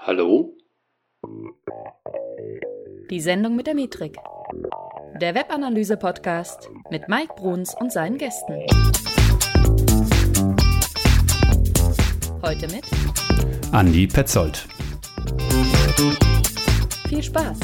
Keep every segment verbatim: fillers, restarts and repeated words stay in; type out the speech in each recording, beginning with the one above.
Hallo? Die Sendung mit der Metrik. Der Webanalyse-Podcast mit Mike Bruns und seinen Gästen. Heute mit Andi Petzold. Viel Spaß!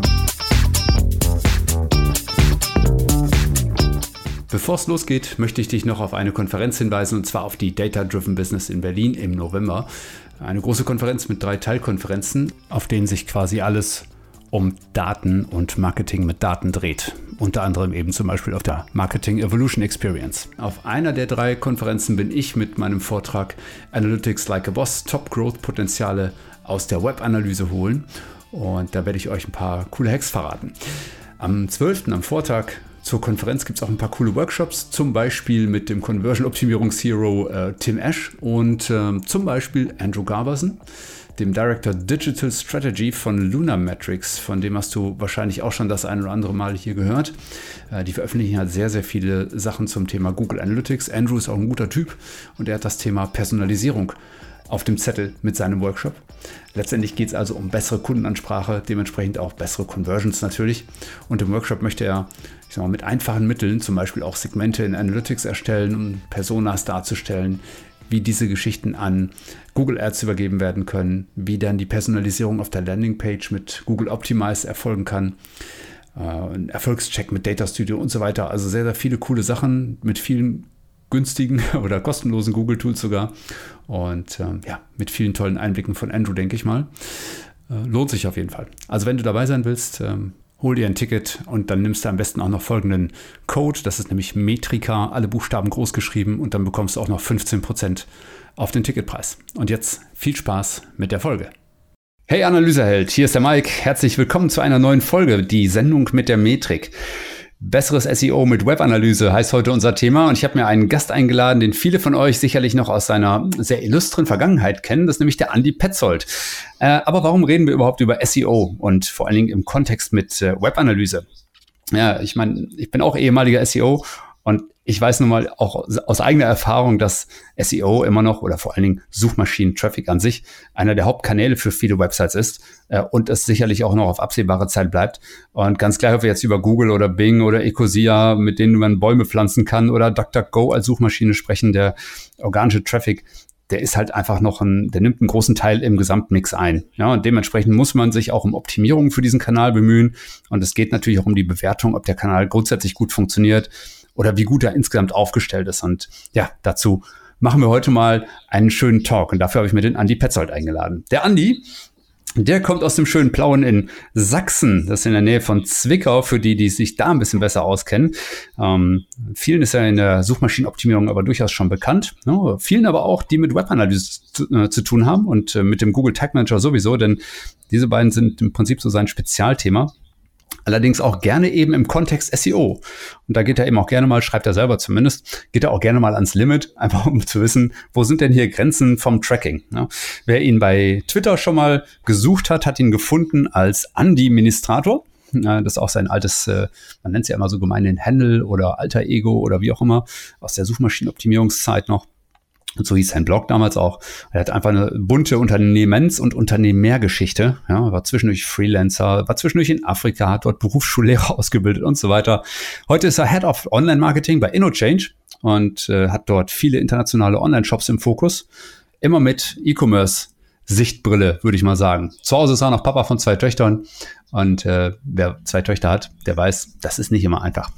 Bevor es losgeht, möchte ich dich noch auf eine Konferenz hinweisen, und zwar auf die Data Driven Business in Berlin im November. Eine große Konferenz mit drei Teilkonferenzen, auf denen sich quasi alles um Daten und Marketing mit Daten dreht. Unter anderem eben zum Beispiel auf der Marketing Evolution Experience. Auf einer der drei Konferenzen bin ich mit meinem Vortrag Analytics Like a Boss, Top Growth Potenziale aus der Webanalyse holen. Und da werde ich euch ein paar coole Hacks verraten. Am zwölften am Vortag zur Konferenz gibt es auch ein paar coole Workshops, zum Beispiel mit dem Conversion-Optimierungs-Hero äh, Tim Ash und äh, zum Beispiel Andrew Garberson, dem Director Digital Strategy von Lunametrics, von dem hast du wahrscheinlich auch schon das ein oder andere Mal hier gehört. Äh, die veröffentlichen halt sehr, sehr viele Sachen zum Thema Google Analytics. Andrew ist auch ein guter Typ und er hat das Thema Personalisierung auf dem Zettel mit seinem Workshop. Letztendlich geht es also um bessere Kundenansprache, dementsprechend auch bessere Conversions natürlich. Und im Workshop möchte er, ich sag mal, mit einfachen Mitteln zum Beispiel auch Segmente in Analytics erstellen, um Personas darzustellen, wie diese Geschichten an Google Ads übergeben werden können, wie dann die Personalisierung auf der Landingpage mit Google Optimize erfolgen kann, äh, ein Erfolgscheck mit Data Studio und so weiter. Also sehr, sehr viele coole Sachen mit vielen günstigen oder kostenlosen Google-Tools sogar und ähm, ja, mit vielen tollen Einblicken von Andrew, denke ich mal. Äh, lohnt sich auf jeden Fall. Also wenn du dabei sein willst, ähm, hol dir ein Ticket und dann nimmst du am besten auch noch folgenden Code, das ist nämlich Metrika, alle Buchstaben groß geschrieben, und dann bekommst du auch noch fünfzehn Prozent auf den Ticketpreis. Und jetzt viel Spaß mit der Folge. Hey Analyseheld, hier ist der Mike. Herzlich willkommen zu einer neuen Folge, die Sendung mit der Metrik. Besseres S E O mit Webanalyse heißt heute unser Thema, und ich habe mir einen Gast eingeladen, den viele von euch sicherlich noch aus seiner sehr illustren Vergangenheit kennen. Das ist nämlich der Andi Petzold. Äh, aber warum reden wir überhaupt über S E O und vor allen Dingen im Kontext mit äh, Webanalyse? Ja, ich meine, ich bin auch ehemaliger S E O und ich weiß nun mal auch aus eigener Erfahrung, dass S E O immer noch, oder vor allen Dingen Suchmaschinen-Traffic an sich, einer der Hauptkanäle für viele Websites ist äh, und es sicherlich auch noch auf absehbare Zeit bleibt. Und ganz klar, ob wir jetzt über Google oder Bing oder Ecosia, mit denen man Bäume pflanzen kann, oder DuckDuckGo als Suchmaschine sprechen, der organische Traffic, der ist halt einfach noch ein, der nimmt einen großen Teil im Gesamtmix ein. Ja, und dementsprechend muss man sich auch um Optimierung für diesen Kanal bemühen. Und es geht natürlich auch um die Bewertung, ob der Kanal grundsätzlich gut funktioniert oder wie gut er insgesamt aufgestellt ist. Und ja, dazu machen wir heute mal einen schönen Talk. Und dafür habe ich mir den Andi Petzold eingeladen. Der Andi, der kommt aus dem schönen Plauen in Sachsen. Das ist in der Nähe von Zwickau, für die, die sich da ein bisschen besser auskennen. Ähm, vielen ist er in der Suchmaschinenoptimierung aber durchaus schon bekannt. Ne? Vielen aber auch, die mit Webanalyse zu, äh, zu tun haben und äh, mit dem Google Tag Manager sowieso, denn diese beiden sind im Prinzip so sein Spezialthema. Allerdings auch gerne eben im Kontext S E O. Und da geht er eben auch gerne mal, schreibt er selber zumindest, geht er auch gerne mal ans Limit, einfach um zu wissen, wo sind denn hier Grenzen vom Tracking. Ja, wer ihn bei Twitter schon mal gesucht hat, hat ihn gefunden als Andi-Ministrator. Ja, das ist auch sein altes, äh, man nennt es ja immer so gemein den Handle oder Alter Ego oder wie auch immer, aus der Suchmaschinenoptimierungszeit noch. Und so hieß sein Blog damals auch. Er hat einfach eine bunte Unternehmens- und Unternehmergeschichte. Ja, war zwischendurch Freelancer, war zwischendurch in Afrika, hat dort Berufsschullehrer ausgebildet und so weiter. Heute ist er Head of Online-Marketing bei InnoChange und äh, hat dort viele internationale Online-Shops im Fokus. Immer mit E-Commerce-Sichtbrille, würde ich mal sagen. Zu Hause ist er noch Papa von zwei Töchtern. Und äh, wer zwei Töchter hat, der weiß, das ist nicht immer einfach.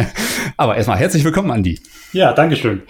Aber erstmal herzlich willkommen, Andi. Ja, dankeschön.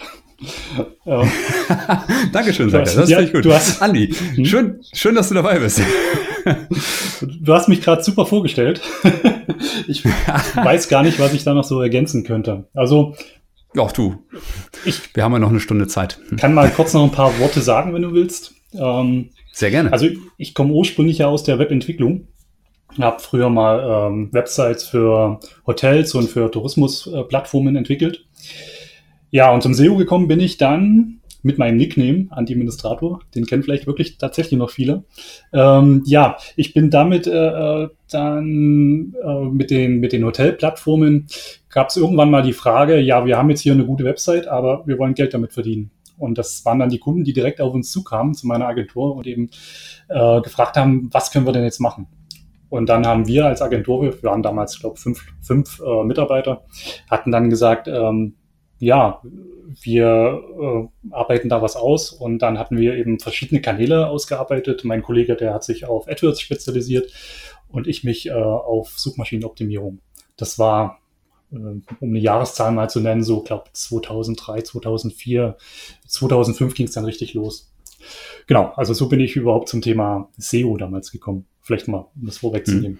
Dankeschön, sagt er. Das ist ja, gut. Du hast, Andi, hm? schön, schön, dass du dabei bist. Du hast mich gerade super vorgestellt. Ich weiß gar nicht, was ich da noch so ergänzen könnte. Also, ach du, ich wir haben ja noch eine Stunde Zeit. Kann mal kurz noch ein paar Worte sagen, wenn du willst. Ähm, Sehr gerne. Also ich komme ursprünglich ja aus der Webentwicklung. Habe früher mal ähm, Websites für Hotels und für Tourismusplattformen äh, entwickelt. Ja, und zum S E O gekommen bin ich dann mit meinem Nickname, Anti-Administrator. Den kennen vielleicht wirklich tatsächlich noch viele. Ähm, ja, ich bin damit äh, dann äh, mit den, mit den Hotelplattformen, gab es irgendwann mal die Frage, ja, wir haben jetzt hier eine gute Website, aber wir wollen Geld damit verdienen. Und das waren dann die Kunden, die direkt auf uns zukamen, zu meiner Agentur und eben äh, gefragt haben, was können wir denn jetzt machen? Und dann haben wir als Agentur, wir waren damals, glaube ich, fünf, fünf äh, Mitarbeiter, hatten dann gesagt, ähm, ja, wir äh, arbeiten da was aus. Und dann hatten wir eben verschiedene Kanäle ausgearbeitet. Mein Kollege, der hat sich auf AdWords spezialisiert und ich mich äh, auf Suchmaschinenoptimierung. Das war, äh, um eine Jahreszahl mal zu nennen, so, glaube ich, zweitausenddrei, zweitausendvier, zweitausendfünf ging es dann richtig los. Genau, also so bin ich überhaupt zum Thema S E O damals gekommen. Vielleicht mal, um das vorwegzunehmen.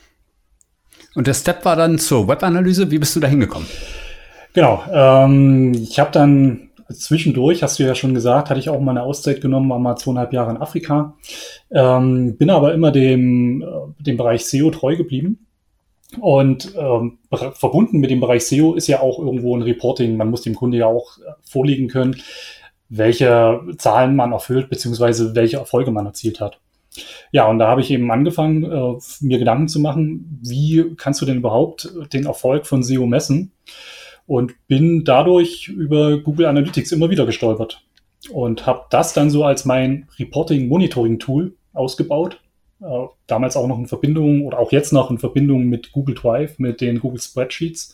Und der Step war dann zur Webanalyse. Wie bist du da hingekommen? Genau, ähm, ich habe dann zwischendurch, hast du ja schon gesagt, hatte ich auch mal eine Auszeit genommen, war mal zweieinhalb Jahre in Afrika, ähm, bin aber immer dem, dem Bereich S E O treu geblieben. Und ähm, verbunden mit dem Bereich S E O ist ja auch irgendwo ein Reporting. Man muss dem Kunde ja auch vorlegen können, welche Zahlen man erfüllt, beziehungsweise welche Erfolge man erzielt hat. Ja, und da habe ich eben angefangen, äh, mir Gedanken zu machen, wie kannst du denn überhaupt den Erfolg von S E O messen? Und bin dadurch über Google Analytics immer wieder gestolpert und habe das dann so als mein Reporting-Monitoring-Tool ausgebaut. Äh, damals auch noch in Verbindung oder auch jetzt noch in Verbindung mit Google Drive, mit den Google Spreadsheets.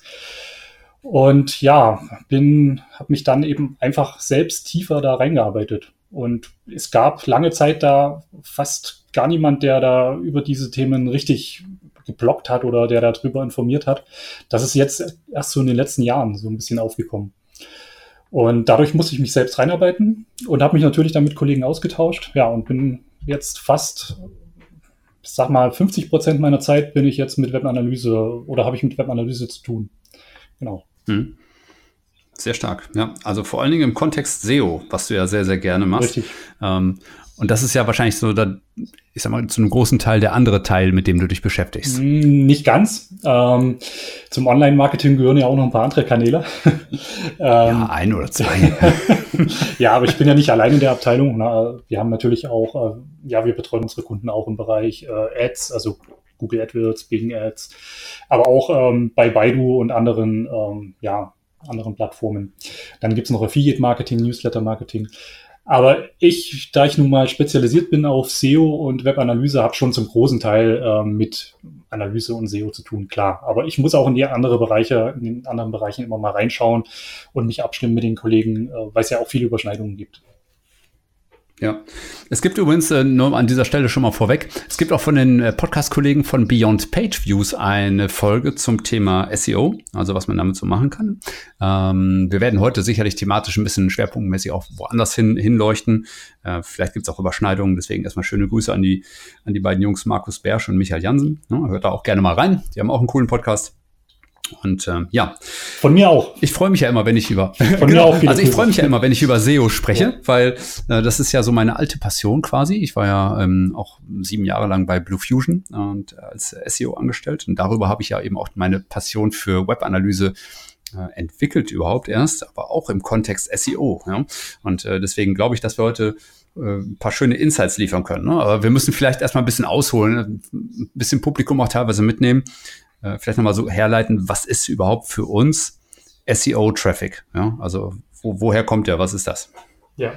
Und ja, bin, habe mich dann eben einfach selbst tiefer da reingearbeitet. Und es gab lange Zeit da fast gar niemand, der da über diese Themen richtig gebloggt hat oder der darüber informiert hat. Das ist jetzt erst so in den letzten Jahren so ein bisschen aufgekommen. Und dadurch musste ich mich selbst reinarbeiten und habe mich natürlich dann mit Kollegen ausgetauscht. Ja, und bin jetzt fast, ich sag mal, fünfzig Prozent meiner Zeit bin ich jetzt mit Webanalyse oder habe ich mit Webanalyse zu tun. Genau. Hm. Sehr stark, ja. Also vor allen Dingen im Kontext S E O, was du ja sehr, sehr gerne machst. Richtig. Ähm, und das ist ja wahrscheinlich so, da, ich sag mal, zu einem großen Teil der andere Teil, mit dem du dich beschäftigst. Nicht ganz. Ähm, zum Online-Marketing gehören ja auch noch ein paar andere Kanäle. ähm, ja, ein oder zwei. Ja, aber ich bin ja nicht allein in der Abteilung. Na, wir haben natürlich auch, äh, ja, wir betreuen unsere Kunden auch im Bereich äh, Ads, also Google AdWords, Bing Ads, aber auch ähm, bei Baidu und anderen, ähm, ja, anderen Plattformen. Dann gibt es noch Affiliate-Marketing, Newsletter-Marketing. Aber ich, da ich nun mal spezialisiert bin auf S E O und Webanalyse, habe schon zum großen Teil ähm, mit Analyse und S E O zu tun, klar. Aber ich muss auch in die andere Bereiche, in den anderen Bereichen immer mal reinschauen und mich abstimmen mit den Kollegen, äh, weil es ja auch viele Überschneidungen gibt. Ja, es gibt übrigens, äh, nur an dieser Stelle schon mal vorweg, es gibt auch von den äh, Podcast-Kollegen von Beyond Page Views eine Folge zum Thema S E O, also was man damit so machen kann. Ähm, wir werden heute sicherlich thematisch ein bisschen schwerpunktmäßig auch woanders hin hinleuchten. Äh, vielleicht gibt es auch Überschneidungen, deswegen erstmal schöne Grüße an die, an die beiden Jungs Markus Bersch und Michael Jansen. Ja, hört da auch gerne mal rein, die haben auch einen coolen Podcast. Und ähm, ja. Von mir auch. Ich freue mich ja immer, wenn ich über Von genau, mir auch also ich freue mich ja immer, wenn ich über S E O spreche, ja. weil äh, das ist ja so meine alte Passion quasi. Ich war ja ähm, auch sieben Jahre lang bei Blue Fusion und äh, als S E O angestellt. Und darüber habe ich ja eben auch meine Passion für Webanalyse äh, entwickelt überhaupt erst, aber auch im Kontext S E O. Ja? Und äh, deswegen glaube ich, dass wir heute ein paar schöne Insights liefern können. Ne? Aber wir müssen vielleicht erstmal ein bisschen ausholen, ein bisschen Publikum auch teilweise mitnehmen. Äh, vielleicht nochmal so herleiten, was ist überhaupt für uns S E O-Traffic? Ja? Also wo, woher kommt der? Was ist das? Ja.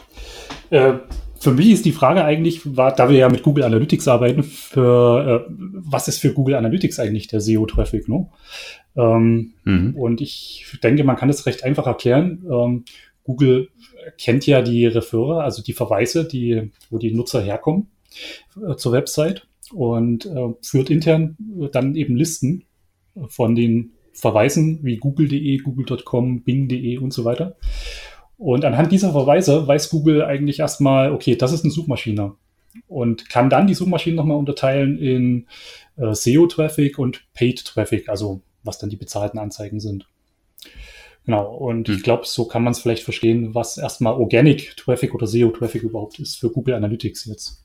Äh, für mich ist die Frage eigentlich, war, da wir ja mit Google Analytics arbeiten, für äh, was ist für Google Analytics eigentlich der S E O-Traffic? Ne? Ähm, mhm. Und ich denke, man kann das recht einfach erklären. Ähm, Google kennt ja die Referrer, also die Verweise, die, wo die Nutzer herkommen äh, zur Website und äh, führt intern äh, dann eben Listen von den Verweisen wie google punkt de, google punkt com, bing punkt de und so weiter. Und anhand dieser Verweise weiß Google eigentlich erstmal, okay, das ist eine Suchmaschine und kann dann die Suchmaschinen nochmal unterteilen in äh, S E O-Traffic und Paid-Traffic, also was dann die bezahlten Anzeigen sind. Genau, und hm. ich glaube, so kann man es vielleicht verstehen, was erstmal Organic Traffic oder S E O-Traffic überhaupt ist für Google Analytics jetzt.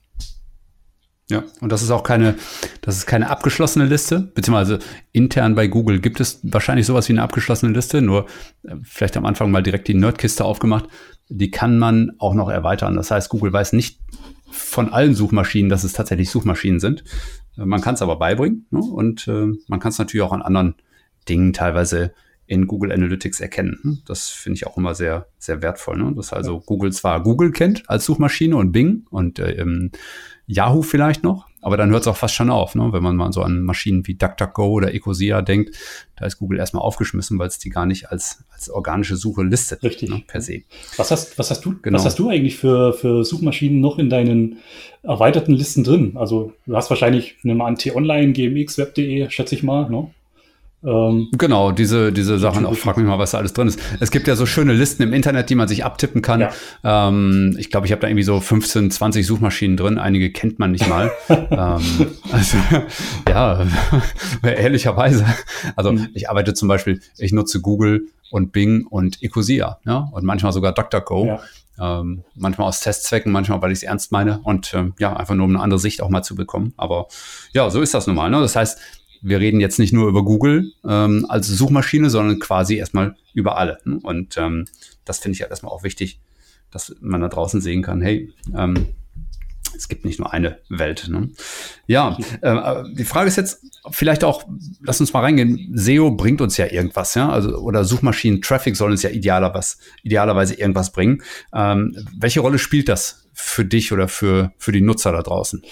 Ja, und das ist auch keine, das ist keine abgeschlossene Liste, beziehungsweise intern bei Google gibt es wahrscheinlich sowas wie eine abgeschlossene Liste, nur äh, vielleicht am Anfang mal direkt die Nerdkiste aufgemacht. Die kann man auch noch erweitern. Das heißt, Google weiß nicht von allen Suchmaschinen, dass es tatsächlich Suchmaschinen sind. Äh, man kann es aber beibringen, ne? Und äh, man kann es natürlich auch an anderen Dingen teilweise in Google Analytics erkennen. Das finde ich auch immer sehr, sehr wertvoll. Ne? Dass also Google zwar Google kennt als Suchmaschine und Bing und ähm, Yahoo vielleicht noch, aber dann hört es auch fast schon auf, ne? Wenn man mal so an Maschinen wie DuckDuckGo oder Ecosia denkt, da ist Google erstmal aufgeschmissen, weil es die gar nicht als, als organische Suche listet. Richtig. Ne, per se. Was hast, was hast du, Genau. was hast du eigentlich für, für Suchmaschinen noch in deinen erweiterten Listen drin? Also du hast wahrscheinlich, nimm mal an, T-Online, G M X, Web punkt de, schätze ich mal, ne? Ähm, genau, diese, diese Sachen, auch frag mich mal, was da alles drin ist. Es gibt ja so schöne Listen im Internet, die man sich abtippen kann. Ja. Ähm, ich glaube, ich habe da irgendwie so fünfzehn, zwanzig Suchmaschinen drin. Einige kennt man nicht mal. ähm, also, ja, ehrlicherweise. Also mhm. ich arbeite zum Beispiel, ich nutze Google und Bing und Ecosia, ja, und manchmal sogar DuckDuckGo. Ja. Ähm, manchmal aus Testzwecken, manchmal, weil ich es ernst meine und ähm, ja, einfach nur um eine andere Sicht auch mal zu bekommen. Aber ja, so ist das nun mal. Ne? Das heißt, wir reden jetzt nicht nur über Google ähm, als Suchmaschine, sondern quasi erstmal über alle. Ne? Und ähm, das finde ich halt erstmal auch wichtig, dass man da draußen sehen kann, hey, ähm, es gibt nicht nur eine Welt. Ne? Ja, äh, die Frage ist jetzt vielleicht auch, lass uns mal reingehen, S E O bringt uns ja irgendwas, ja, also oder Suchmaschinen-Traffic soll uns ja idealerweise, idealerweise irgendwas bringen. Ähm, welche Rolle spielt das für dich oder für, für die Nutzer da draußen?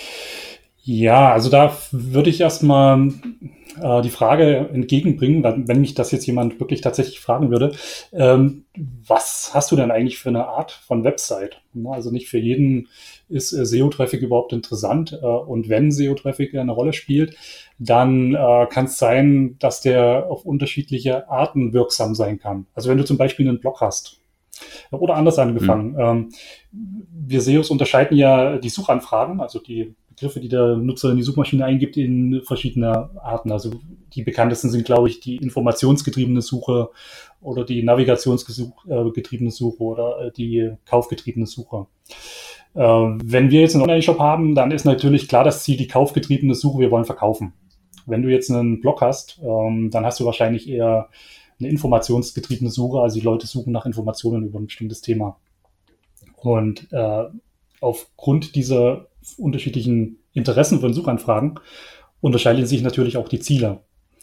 Ja, also da würde ich erstmal äh, die Frage entgegenbringen, wenn mich das jetzt jemand wirklich tatsächlich fragen würde, ähm, was hast du denn eigentlich für eine Art von Website? Also nicht für jeden ist äh, S E O-Traffic überhaupt interessant äh, und wenn S E O-Traffic eine Rolle spielt, dann äh, kann es sein, dass der auf unterschiedliche Arten wirksam sein kann. Also wenn du zum Beispiel einen Blog hast oder anders angefangen. Mhm. Ähm, wir S E Os unterscheiden ja die Suchanfragen, also die Begriffe, die der Nutzer in die Suchmaschine eingibt, in verschiedene Arten. Also die bekanntesten sind, glaube ich, die informationsgetriebene Suche oder die navigationsgetriebene Suche oder die kaufgetriebene Suche. Äh, wenn wir jetzt einen Online-Shop haben, dann ist natürlich klar das Ziel, die kaufgetriebene Suche, wir wollen verkaufen. Wenn du jetzt einen Blog hast, ähm, dann hast du wahrscheinlich eher eine informationsgetriebene Suche, also die Leute suchen nach Informationen über ein bestimmtes Thema. Und äh, aufgrund dieser unterschiedlichen Interessen von Suchanfragen unterscheiden sich natürlich auch die Ziele.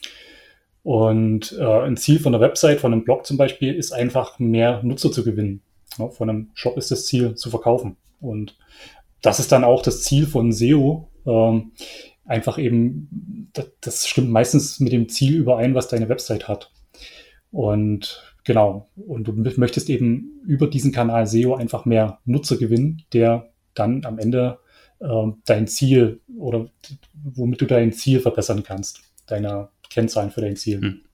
Und äh, ein Ziel von einer Website, von einem Blog zum Beispiel, ist einfach mehr Nutzer zu gewinnen. Ja, von einem Shop ist das Ziel, zu verkaufen. Und das ist dann auch das Ziel von S E O. Ähm, einfach eben, das, das stimmt meistens mit dem Ziel überein, was deine Website hat. Und genau, und du möchtest eben über diesen Kanal S E O einfach mehr Nutzer gewinnen, der dann am Ende äh, dein Ziel oder womit du dein Ziel verbessern kannst, deine Kennzahlen für dein Ziel. Hm.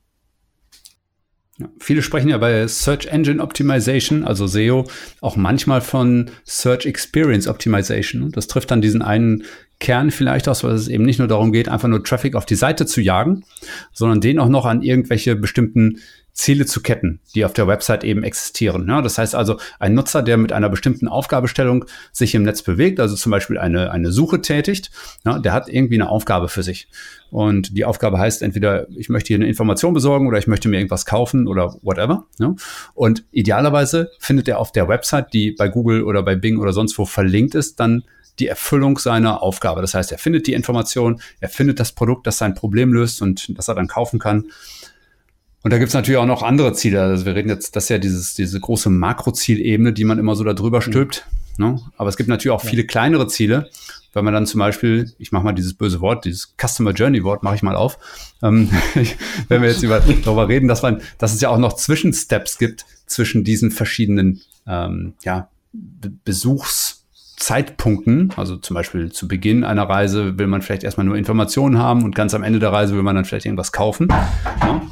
Ja, viele sprechen ja bei Search Engine Optimization, also S E O, auch manchmal von Search Experience Optimization. Das trifft dann diesen einen Kern vielleicht aus, weil es eben nicht nur darum geht, einfach nur Traffic auf die Seite zu jagen, sondern den auch noch an irgendwelche bestimmten Ziele zu ketten, die auf der Website eben existieren. Ja, das heißt also, ein Nutzer, der mit einer bestimmten Aufgabestellung sich im Netz bewegt, also zum Beispiel eine, eine Suche tätigt, ja, der hat irgendwie eine Aufgabe für sich. Und die Aufgabe heißt entweder, ich möchte hier eine Information besorgen oder ich möchte mir irgendwas kaufen oder whatever. Ja. Und idealerweise findet er auf der Website, die bei Google oder bei Bing oder sonst wo verlinkt ist, dann die Erfüllung seiner Aufgabe. Das heißt, er findet die Information, er findet das Produkt, das sein Problem löst und das er dann kaufen kann. Und da gibt es natürlich auch noch andere Ziele. Also wir reden jetzt, das ist ja dieses, diese große Makrozielebene, die man immer so da drüber stülpt. Mhm. Ne? Aber es gibt natürlich auch ja. viele kleinere Ziele, wenn man dann zum Beispiel, ich mache mal dieses böse Wort, dieses Customer Journey Wort mache ich mal auf, ähm, wenn wir jetzt über, darüber reden, dass man, dass es ja auch noch Zwischensteps gibt zwischen diesen verschiedenen ähm, ja, Be- Besuchszeitpunkten. Also zum Beispiel zu Beginn einer Reise will man vielleicht erstmal nur Informationen haben und ganz am Ende der Reise will man dann vielleicht irgendwas kaufen. Ja?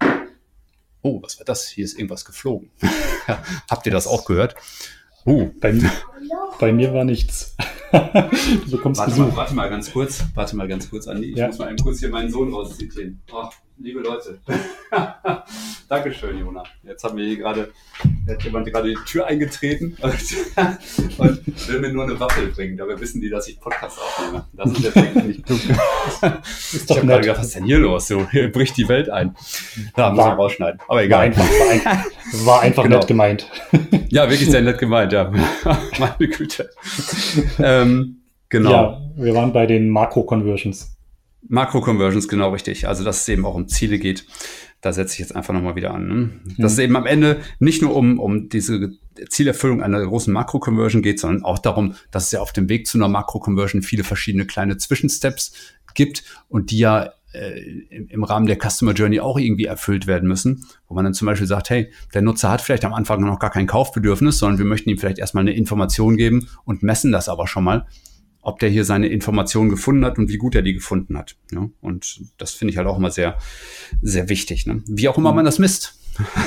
Oh, was war das? Hier ist irgendwas geflogen. Habt ihr das auch gehört? Oh, bei, bei mir war nichts. Du bekommst warte Besuch. Mal, warte mal ganz kurz. Warte mal ganz kurz, Andi. Ich ja. muss mal eben kurz hier meinen Sohn rauszitieren. Oh, liebe Leute. Dankeschön, Jona. Jetzt haben wir hier gerade, hat jemand gerade die Tür eingetreten und, und will mir nur eine Waffel bringen. Dabei wissen die, dass ich Podcast aufnehme. Das ist jetzt eigentlich nicht klug. Ich habe gerade gedacht, was ist denn hier los? So, hier bricht die Welt ein. Da muss man rausschneiden. Aber egal. War einfach, war einfach, war einfach genau. nett gemeint. Ja, wirklich sehr nett gemeint, ja. Meine Güte. ähm, genau. Ja, wir waren bei den Makro-Conversions. Makro-Conversions, genau richtig. Also, dass es eben auch um Ziele geht. Da setze ich jetzt einfach nochmal wieder an. Ne? Dass mhm. es eben am Ende nicht nur um, um diese Zielerfüllung einer großen Makro-Conversion geht, sondern auch darum, dass es ja auf dem Weg zu einer Makro-Conversion viele verschiedene kleine Zwischensteps gibt und die ja äh, im, im Rahmen der Customer Journey auch irgendwie erfüllt werden müssen, wo man dann zum Beispiel sagt, hey, der Nutzer hat vielleicht am Anfang noch gar kein Kaufbedürfnis, sondern wir möchten ihm vielleicht erstmal eine Information geben und messen das aber schon mal, ob der hier seine Informationen gefunden hat und wie gut er die gefunden hat. Ja, und das finde ich halt auch immer sehr, sehr wichtig. Ne? Wie auch immer man das misst.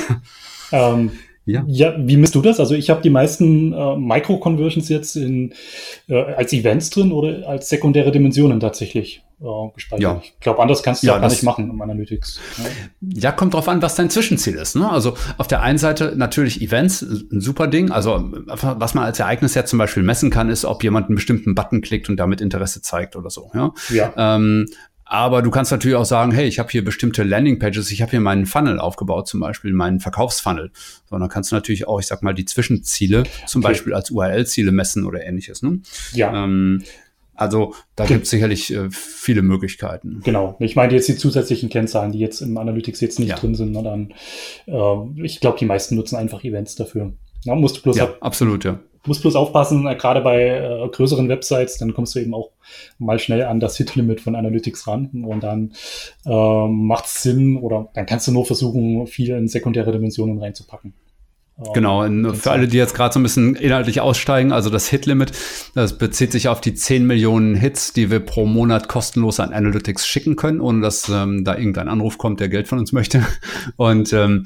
Ähm, ja. ja, wie misst du das? Also ich habe die meisten äh, Micro-Conversions jetzt in, äh, als Events drin oder als sekundäre Dimensionen tatsächlich äh, gespeichert. Ja. Ich glaube, anders kannst du ja, das gar nicht machen im Analytics. Ja. ja, kommt drauf an, was dein Zwischenziel ist. Ne? Also auf der einen Seite natürlich Events, ein super Ding. Also was man als Ereignis ja zum Beispiel messen kann, ist, ob jemand einen bestimmten Button klickt und damit Interesse zeigt oder so. Ja. ja. Ähm, Aber du kannst natürlich auch sagen, hey, ich habe hier bestimmte Landingpages, ich habe hier meinen Funnel aufgebaut, zum Beispiel meinen Verkaufsfunnel. So, dann kannst du natürlich auch, ich sag mal, die Zwischenziele zum okay. Beispiel als U R L-Ziele messen oder ähnliches. Ne? Ja. Ähm, also da okay. gibt es sicherlich äh, viele Möglichkeiten. Genau. Ich meine jetzt die zusätzlichen Kennzahlen, die jetzt im Analytics jetzt nicht ja. drin sind. Ne? Dann, äh, ich glaube, die meisten nutzen einfach Events dafür. Ja, musst du bloß ja, ab- absolut, ja. Du musst bloß aufpassen, äh, gerade bei äh, größeren Websites, dann kommst du eben auch mal schnell an das Hit-Limit von Analytics ran und dann äh, macht es Sinn oder dann kannst du nur versuchen, viel in sekundäre Dimensionen reinzupacken. Äh, genau, in, für alle, die jetzt gerade so ein bisschen inhaltlich aussteigen, also das Hit-Limit, das bezieht sich auf die zehn Millionen Hits, die wir pro Monat kostenlos an Analytics schicken können, ohne dass ähm, da irgendein Anruf kommt, der Geld von uns möchte. Und ähm,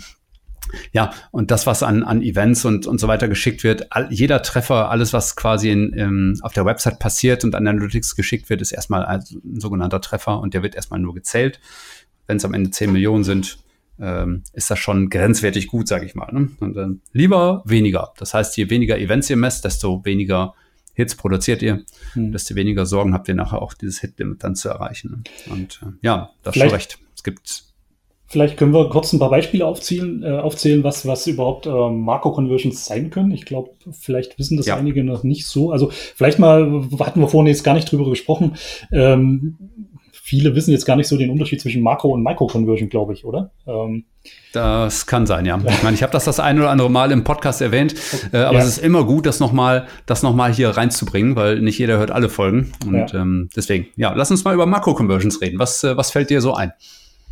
ja, und das, was an, an Events und, und so weiter geschickt wird, all, jeder Treffer, alles, was quasi in, ähm, auf der Website passiert und an Analytics geschickt wird, ist erstmal ein, ein sogenannter Treffer und der wird erstmal nur gezählt. Wenn es am Ende zehn Millionen sind, ähm, ist das schon grenzwertig gut, sage ich mal. Ne? Und dann lieber weniger. Das heißt, je weniger Events ihr messt, desto weniger Hits produziert ihr, hm. desto weniger Sorgen habt ihr nachher auch dieses Hit-Limit dann zu erreichen. Ne? Und äh, ja, das ist schon recht. Es gibt Vielleicht können wir kurz ein paar Beispiele aufzählen, äh, aufzählen was, was überhaupt äh, Makro-Conversions sein können. Ich glaube, vielleicht wissen das ja. einige noch nicht so. Also vielleicht mal, hatten wir vorhin jetzt gar nicht drüber gesprochen, ähm, viele wissen jetzt gar nicht so den Unterschied zwischen Makro- und Micro-Conversion, glaube ich, oder? Ähm, das kann sein, ja. Ich meine, ich habe das das ein oder andere Mal im Podcast erwähnt, äh, aber ja. es ist immer gut, das nochmal das noch mal hier reinzubringen, weil nicht jeder hört alle Folgen. Und ja. ähm, deswegen, ja, lass uns mal über Makro-Conversions reden. Was, äh, was fällt dir so ein?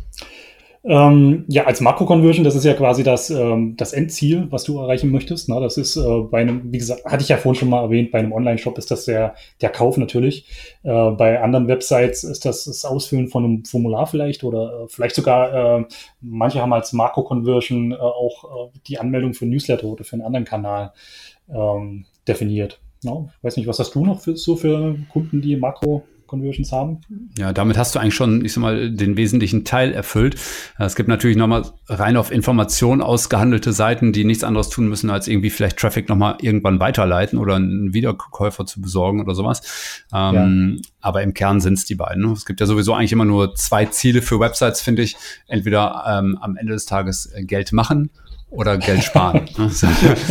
Ähm, ja, als Makro-Conversion, das ist ja quasi das, ähm, das Endziel, was du erreichen möchtest. Na, das ist äh, bei einem, wie gesagt, hatte ich ja vorhin schon mal erwähnt, bei einem Online-Shop ist das der, der Kauf natürlich. Äh, bei anderen Websites ist das das Ausfüllen von einem Formular vielleicht oder äh, vielleicht sogar, äh, manche haben als Makro-Conversion äh, auch äh, die Anmeldung für Newsletter oder für einen anderen Kanal ähm, definiert. No? Ich weiß nicht, was hast du noch für, so für Kunden, die Makro Conversions haben? Ja, damit hast du eigentlich schon, ich sag mal, den wesentlichen Teil erfüllt. Es gibt natürlich nochmal rein auf Information ausgehandelte Seiten, die nichts anderes tun müssen, als irgendwie vielleicht Traffic nochmal irgendwann weiterleiten oder einen Wiederkäufer zu besorgen oder sowas. Ähm, ja. Aber im Kern sind es die beiden. Ne? Es gibt ja sowieso eigentlich immer nur zwei Ziele für Websites, finde ich. Entweder ähm, am Ende des Tages Geld machen oder Geld sparen. also,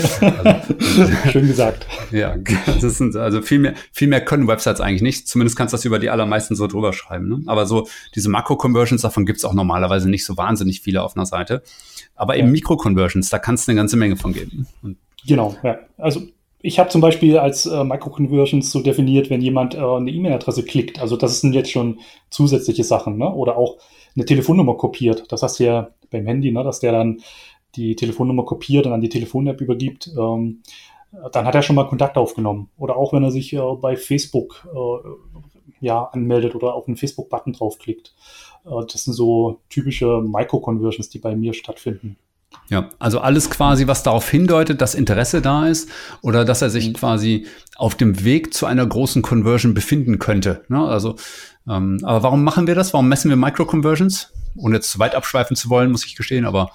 Schön gesagt. Ja, das sind also viel mehr, viel mehr können Websites eigentlich nicht. Zumindest kannst du das über die allermeisten so drüber schreiben. Ne? Aber so diese Makro-Conversions, davon gibt's auch normalerweise nicht so wahnsinnig viele auf einer Seite. Aber eben ja. Mikro-Conversions, da kannst du eine ganze Menge von geben. Und genau, ja. Also ich habe zum Beispiel als äh, Micro-Conversions so definiert, wenn jemand äh, eine E-Mail-Adresse klickt. Also das sind jetzt schon zusätzliche Sachen, ne? Oder auch eine Telefonnummer kopiert. Das hast du ja beim Handy, ne? Dass der dann die Telefonnummer kopiert und an die Telefon-App übergibt, ähm, dann hat er schon mal Kontakt aufgenommen. Oder auch wenn er sich äh, bei Facebook äh, ja, anmeldet oder auf einen Facebook-Button draufklickt. Äh, das sind so typische Micro-Conversions, die bei mir stattfinden. Ja, also alles quasi, was darauf hindeutet, dass Interesse da ist oder dass er sich mhm. quasi auf dem Weg zu einer großen Conversion befinden könnte. Ne? Also, ähm, aber warum machen wir das? Warum messen wir Micro-Conversions? Ohne jetzt zu weit abschweifen zu wollen, muss ich gestehen, aber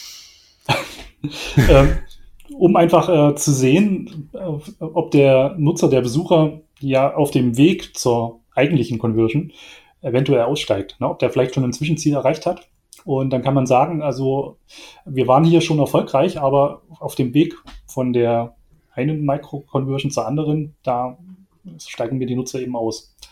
ähm, um einfach äh, zu sehen, äh, ob der Nutzer, der Besucher ja auf dem Weg zur eigentlichen Conversion eventuell aussteigt, ne? Ob der vielleicht schon ein Zwischenziel erreicht hat. Und dann kann man sagen, also wir waren hier schon erfolgreich, aber auf dem Weg von der einen Micro-Conversion zur anderen, da steigen wir die Nutzer eben aus.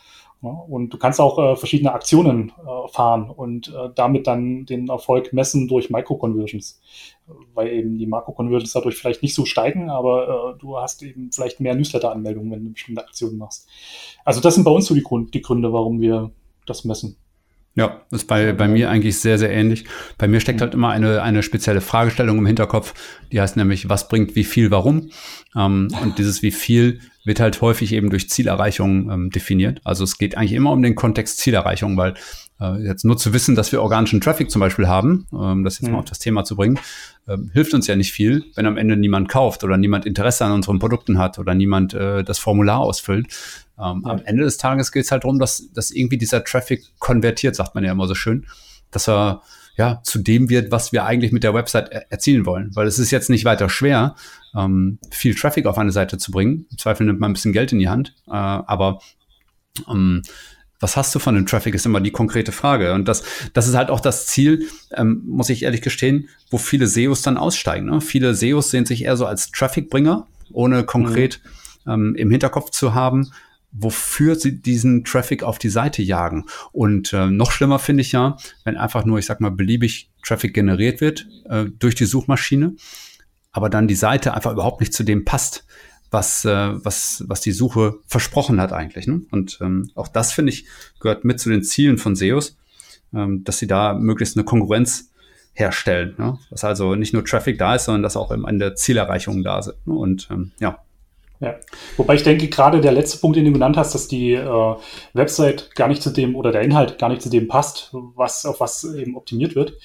Ja? Und du kannst auch äh, verschiedene Aktionen äh, fahren und äh, damit dann den Erfolg messen durch Micro-Conversions, weil eben die Makro-Conversions dadurch vielleicht nicht so steigen, aber äh, du hast eben vielleicht mehr Newsletter-Anmeldungen, wenn du bestimmte Aktionen machst. Also das sind bei uns so die, Grund, die Gründe, warum wir das messen. Ja, ist bei, bei mir eigentlich sehr, sehr ähnlich. Bei mir steckt halt immer eine, eine spezielle Fragestellung im Hinterkopf, die heißt nämlich, was bringt wie viel, warum? Ähm, und dieses wie viel wird halt häufig eben durch Zielerreichung ähm, definiert. Also es geht eigentlich immer um den Kontext Zielerreichung, weil äh, jetzt nur zu wissen, dass wir organischen Traffic zum Beispiel haben, ähm, das jetzt mhm. mal auf das Thema zu bringen, äh, hilft uns ja nicht viel, wenn am Ende niemand kauft oder niemand Interesse an unseren Produkten hat oder niemand äh, das Formular ausfüllt. Ähm, ja. Am Ende des Tages geht es halt darum, dass, dass irgendwie dieser Traffic konvertiert, sagt man ja immer so schön, dass er ja zu dem wird, was wir eigentlich mit der Website er- erzielen wollen. Weil es ist jetzt nicht weiter schwer, ähm, viel Traffic auf eine Seite zu bringen. Im Zweifel nimmt man ein bisschen Geld in die Hand. Äh, aber ähm, was hast du von dem Traffic, ist immer die konkrete Frage. Und das, das ist halt auch das Ziel, ähm, muss ich ehrlich gestehen, wo viele S E Os dann aussteigen. Ne? Viele S E Os sehen sich eher so als Traffic-Bringer, ohne konkret mhm. ähm, im Hinterkopf zu haben, wofür sie diesen Traffic auf die Seite jagen. Und äh, noch schlimmer finde ich ja, wenn einfach nur, ich sag mal, beliebig Traffic generiert wird äh, durch die Suchmaschine, aber dann die Seite einfach überhaupt nicht zu dem passt, was, äh, was, was die Suche versprochen hat eigentlich. Ne? Und ähm, auch das, finde ich, gehört mit zu den Zielen von S E Os, ähm, dass sie da möglichst eine Konkurrenz herstellen. Ne? Dass also nicht nur Traffic da ist, sondern dass auch in der Zielerreichung da sind. Ne? Und ähm, ja, Ja, wobei ich denke, gerade der letzte Punkt, den du genannt hast, dass die äh, Website gar nicht zu dem oder der Inhalt gar nicht zu dem passt, was auf was eben optimiert wird.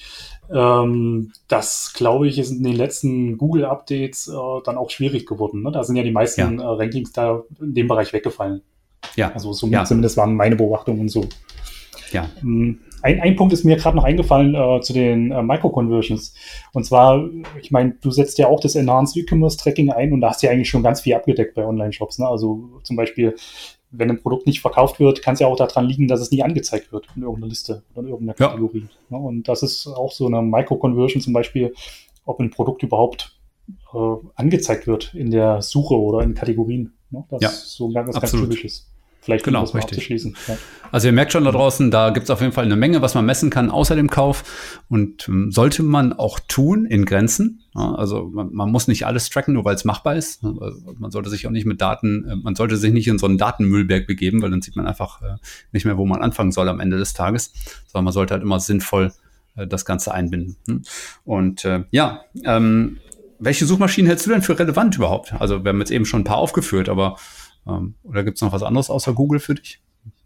Ähm, das, glaube ich, ist in den letzten Google-Updates äh, dann auch schwierig geworden. Ne? Da sind ja die meisten ja. äh, Rankings da in dem Bereich weggefallen. Ja. Also so ja. zumindest waren meine Beobachtungen so. Ja. Ein, ein Punkt ist mir gerade noch eingefallen äh, zu den äh, Micro-Conversions. Und zwar, ich meine, du setzt ja auch das Enhanced E-Commerce Tracking ein und da hast du ja eigentlich schon ganz viel abgedeckt bei Online-Shops. Ne? Also zum Beispiel, wenn ein Produkt nicht verkauft wird, kann es ja auch daran liegen, dass es nie angezeigt wird in irgendeiner Liste oder in irgendeiner Kategorie. Ja. Ne? Und das ist auch so eine Micro-Conversion zum Beispiel, ob ein Produkt überhaupt äh, angezeigt wird in der Suche oder in Kategorien. Ne? Das ja, ist so ganz, ganz typisches. Vielleicht genau, das mal richtig. abzuschließen. Ja. Also ihr merkt schon da draußen, da gibt es auf jeden Fall eine Menge, was man messen kann, außer dem Kauf. Und ähm, sollte man auch tun in Grenzen. Ja, also man, man muss nicht alles tracken, nur weil es machbar ist. Also man sollte sich auch nicht mit Daten, äh, man sollte sich nicht in so einen Datenmüllberg begeben, weil dann sieht man einfach äh, nicht mehr, wo man anfangen soll am Ende des Tages. Sondern man sollte halt immer sinnvoll äh, das Ganze einbinden. Hm? Und äh, ja, ähm, welche Suchmaschinen hältst du denn für relevant überhaupt? Also wir haben jetzt eben schon ein paar aufgeführt, aber ähm, oder gibt es noch was anderes außer Google für dich?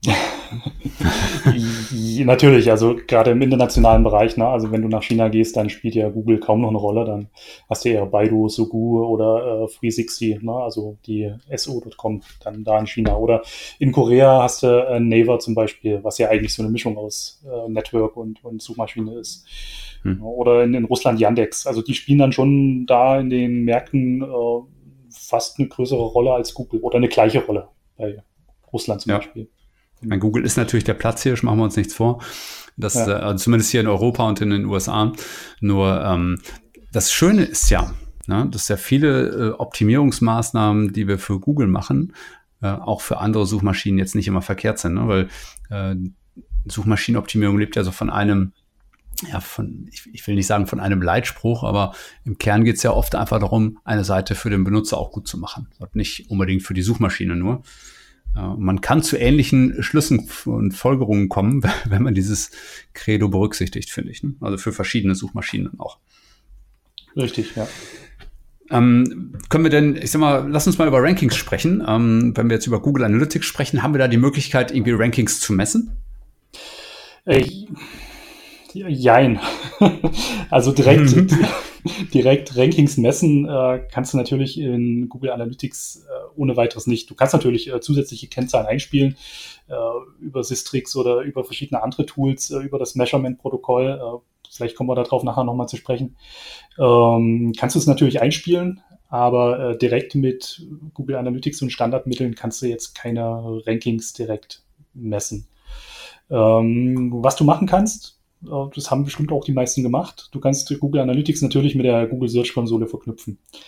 Natürlich, also gerade im internationalen Bereich, ne, also wenn du nach China gehst, dann spielt ja Google kaum noch eine Rolle, dann hast du eher Baidu, Sogu oder äh, drei sechzig, ne, also die S O Punkt com dann da in China. Oder in Korea hast du äh, Naver zum Beispiel, was ja eigentlich so eine Mischung aus äh, Network und, und Suchmaschine ist. Hm. Oder in, in Russland Yandex. Also die spielen dann schon da in den Märkten äh, fast eine größere Rolle als Google oder eine gleiche Rolle bei Russland zum ja. Beispiel. Mein Google ist natürlich der Platzhirsch, machen wir uns nichts vor. Das, ja. äh, also zumindest hier in Europa und in den U S A. Nur ähm, das Schöne ist ja, ne, dass ja viele äh, Optimierungsmaßnahmen, die wir für Google machen, äh, auch für andere Suchmaschinen jetzt nicht immer verkehrt sind. Ne? Weil äh, Suchmaschinenoptimierung lebt ja so von einem, ja, von, ich, ich will nicht sagen von einem Leitspruch, aber im Kern geht es ja oft einfach darum, eine Seite für den Benutzer auch gut zu machen. Und nicht unbedingt für die Suchmaschine nur. Man kann zu ähnlichen Schlüssen und Folgerungen kommen, wenn man dieses Credo berücksichtigt, finde ich. Ne? Also für verschiedene Suchmaschinen auch. Richtig, ja. Ähm, können wir denn, ich sag mal, lass uns mal über Rankings sprechen. Ähm, wenn wir jetzt über Google Analytics sprechen, haben wir da die Möglichkeit, irgendwie Rankings zu messen? Äh, jein. Also direkt, mhm. direkt Rankings messen äh, kannst du natürlich in Google Analytics äh, ohne weiteres nicht. Du kannst natürlich äh, zusätzliche Kennzahlen einspielen äh, über Sistrix oder über verschiedene andere Tools, äh, über das Measurement-Protokoll. Äh, vielleicht kommen wir darauf nachher nochmal zu sprechen. Ähm, kannst du es natürlich einspielen, aber äh, direkt mit Google Analytics und Standardmitteln kannst du jetzt keine Rankings direkt messen. Ähm, was du machen kannst, das haben bestimmt auch die meisten gemacht. Du kannst Google Analytics natürlich mit der Google Search Konsole verknüpfen.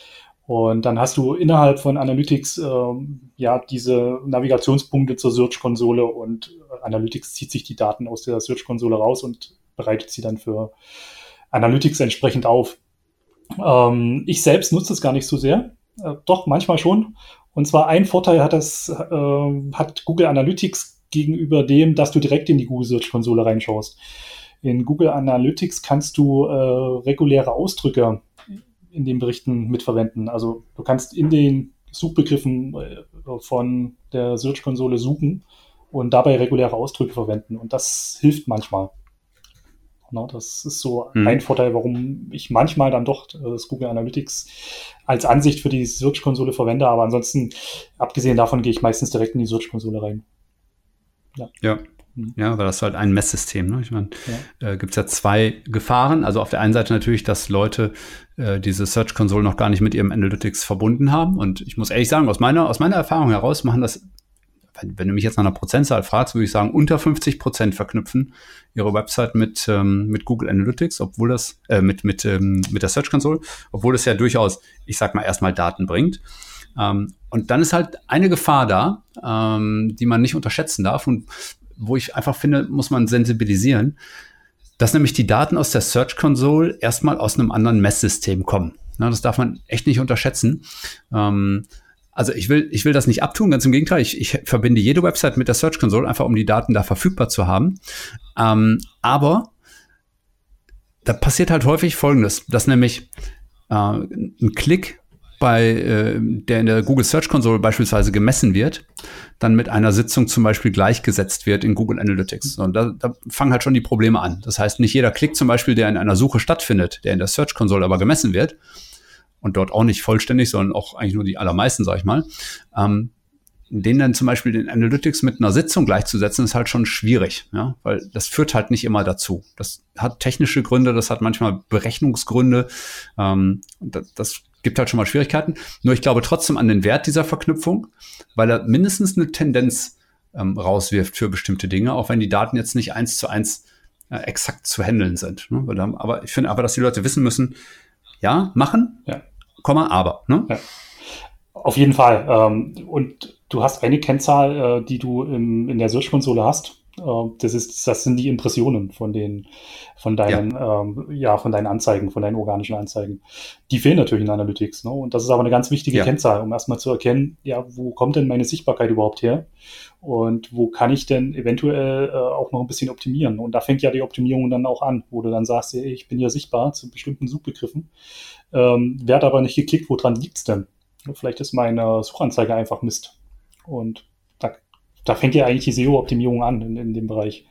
Und dann hast du innerhalb von Analytics ähm, ja diese Navigationspunkte zur Search-Konsole und Analytics zieht sich die Daten aus der Search-Konsole raus und bereitet sie dann für Analytics entsprechend auf. Ähm, ich selbst nutze es gar nicht so sehr, äh, doch manchmal schon. Und zwar ein Vorteil hat das äh, hat Google Analytics gegenüber dem, dass du direkt in die Google Search-Konsole reinschaust. In Google Analytics kannst du äh, reguläre Ausdrücke in den Berichten mitverwenden. Also du kannst in den Suchbegriffen äh, von der Search-Konsole suchen und dabei reguläre Ausdrücke verwenden. Und das hilft manchmal. Na, das ist so hm. ein Vorteil, warum ich manchmal dann doch äh, das Google Analytics als Ansicht für die Search-Konsole verwende. Aber ansonsten, abgesehen davon, gehe ich meistens direkt in die Search-Konsole rein. Ja. Ja. Ja, weil das ist halt ein Messsystem. Ne? Ich meine, ja. äh, gibt es ja zwei Gefahren. Also auf der einen Seite natürlich, dass Leute äh, diese Search Console noch gar nicht mit ihrem Analytics verbunden haben. Und ich muss ehrlich sagen, aus meiner, aus meiner Erfahrung heraus machen das, wenn, wenn du mich jetzt nach einer Prozentzahl fragst, würde ich sagen, unter fünfzig Prozent verknüpfen ihre Website mit, ähm, mit Google Analytics, obwohl das, äh, mit, mit, ähm, mit der Search Console, obwohl das ja durchaus, ich sag mal, erstmal Daten bringt. Ähm, und dann ist halt eine Gefahr da, ähm, die man nicht unterschätzen darf und wo ich einfach finde, muss man sensibilisieren, dass nämlich die Daten aus der Search Console erstmal aus einem anderen Messsystem kommen. Na, das darf man echt nicht unterschätzen. Ähm, also ich will, ich will das nicht abtun, ganz im Gegenteil. Ich, ich verbinde jede Website mit der Search Console, einfach um die Daten da verfügbar zu haben. Ähm, aber da passiert halt häufig Folgendes, dass nämlich äh, ein Klick bei äh, der in der Google Search Console beispielsweise gemessen wird, dann mit einer Sitzung zum Beispiel gleichgesetzt wird in Google Analytics. Und da, da fangen halt schon die Probleme an. Das heißt, nicht jeder Klick zum Beispiel, der in einer Suche stattfindet, der in der Search Console aber gemessen wird und dort auch nicht vollständig, sondern auch eigentlich nur die allermeisten, sag ich mal, ähm, den dann zum Beispiel den Analytics mit einer Sitzung gleichzusetzen, ist halt schon schwierig, ja, weil das führt halt nicht immer dazu. Das hat technische Gründe, das hat manchmal Berechnungsgründe, ähm, das, das gibt halt schon mal Schwierigkeiten. Nur ich glaube trotzdem an den Wert dieser Verknüpfung, weil er mindestens eine Tendenz ähm, rauswirft für bestimmte Dinge, auch wenn die Daten jetzt nicht eins zu eins äh, exakt zu handeln sind. Ne? Aber ich finde aber, dass die Leute wissen müssen, ja, machen, ja. Komma, aber. Ne? Ja. Auf jeden Fall. Ähm, und du hast eine Kennzahl, äh, die du im, in der Search-Konsole hast. Äh, das ist, das sind die Impressionen von den, von deinen, ja. Ähm, ja, von deinen Anzeigen, von deinen organischen Anzeigen. Die fehlen natürlich in Analytics, ne? Und das ist aber eine ganz wichtige ja. Kennzahl, um erstmal zu erkennen, ja, wo kommt denn meine Sichtbarkeit überhaupt her? Und wo kann ich denn eventuell äh, auch noch ein bisschen optimieren? Und da fängt ja die Optimierung dann auch an, wo du dann sagst, ja, ich bin ja sichtbar zu bestimmten Suchbegriffen, ähm, werde aber nicht geklickt, woran liegt's denn? Vielleicht ist meine Suchanzeige einfach Mist. Und da, da fängt ja eigentlich die S E O-Optimierung an in, in dem Bereich.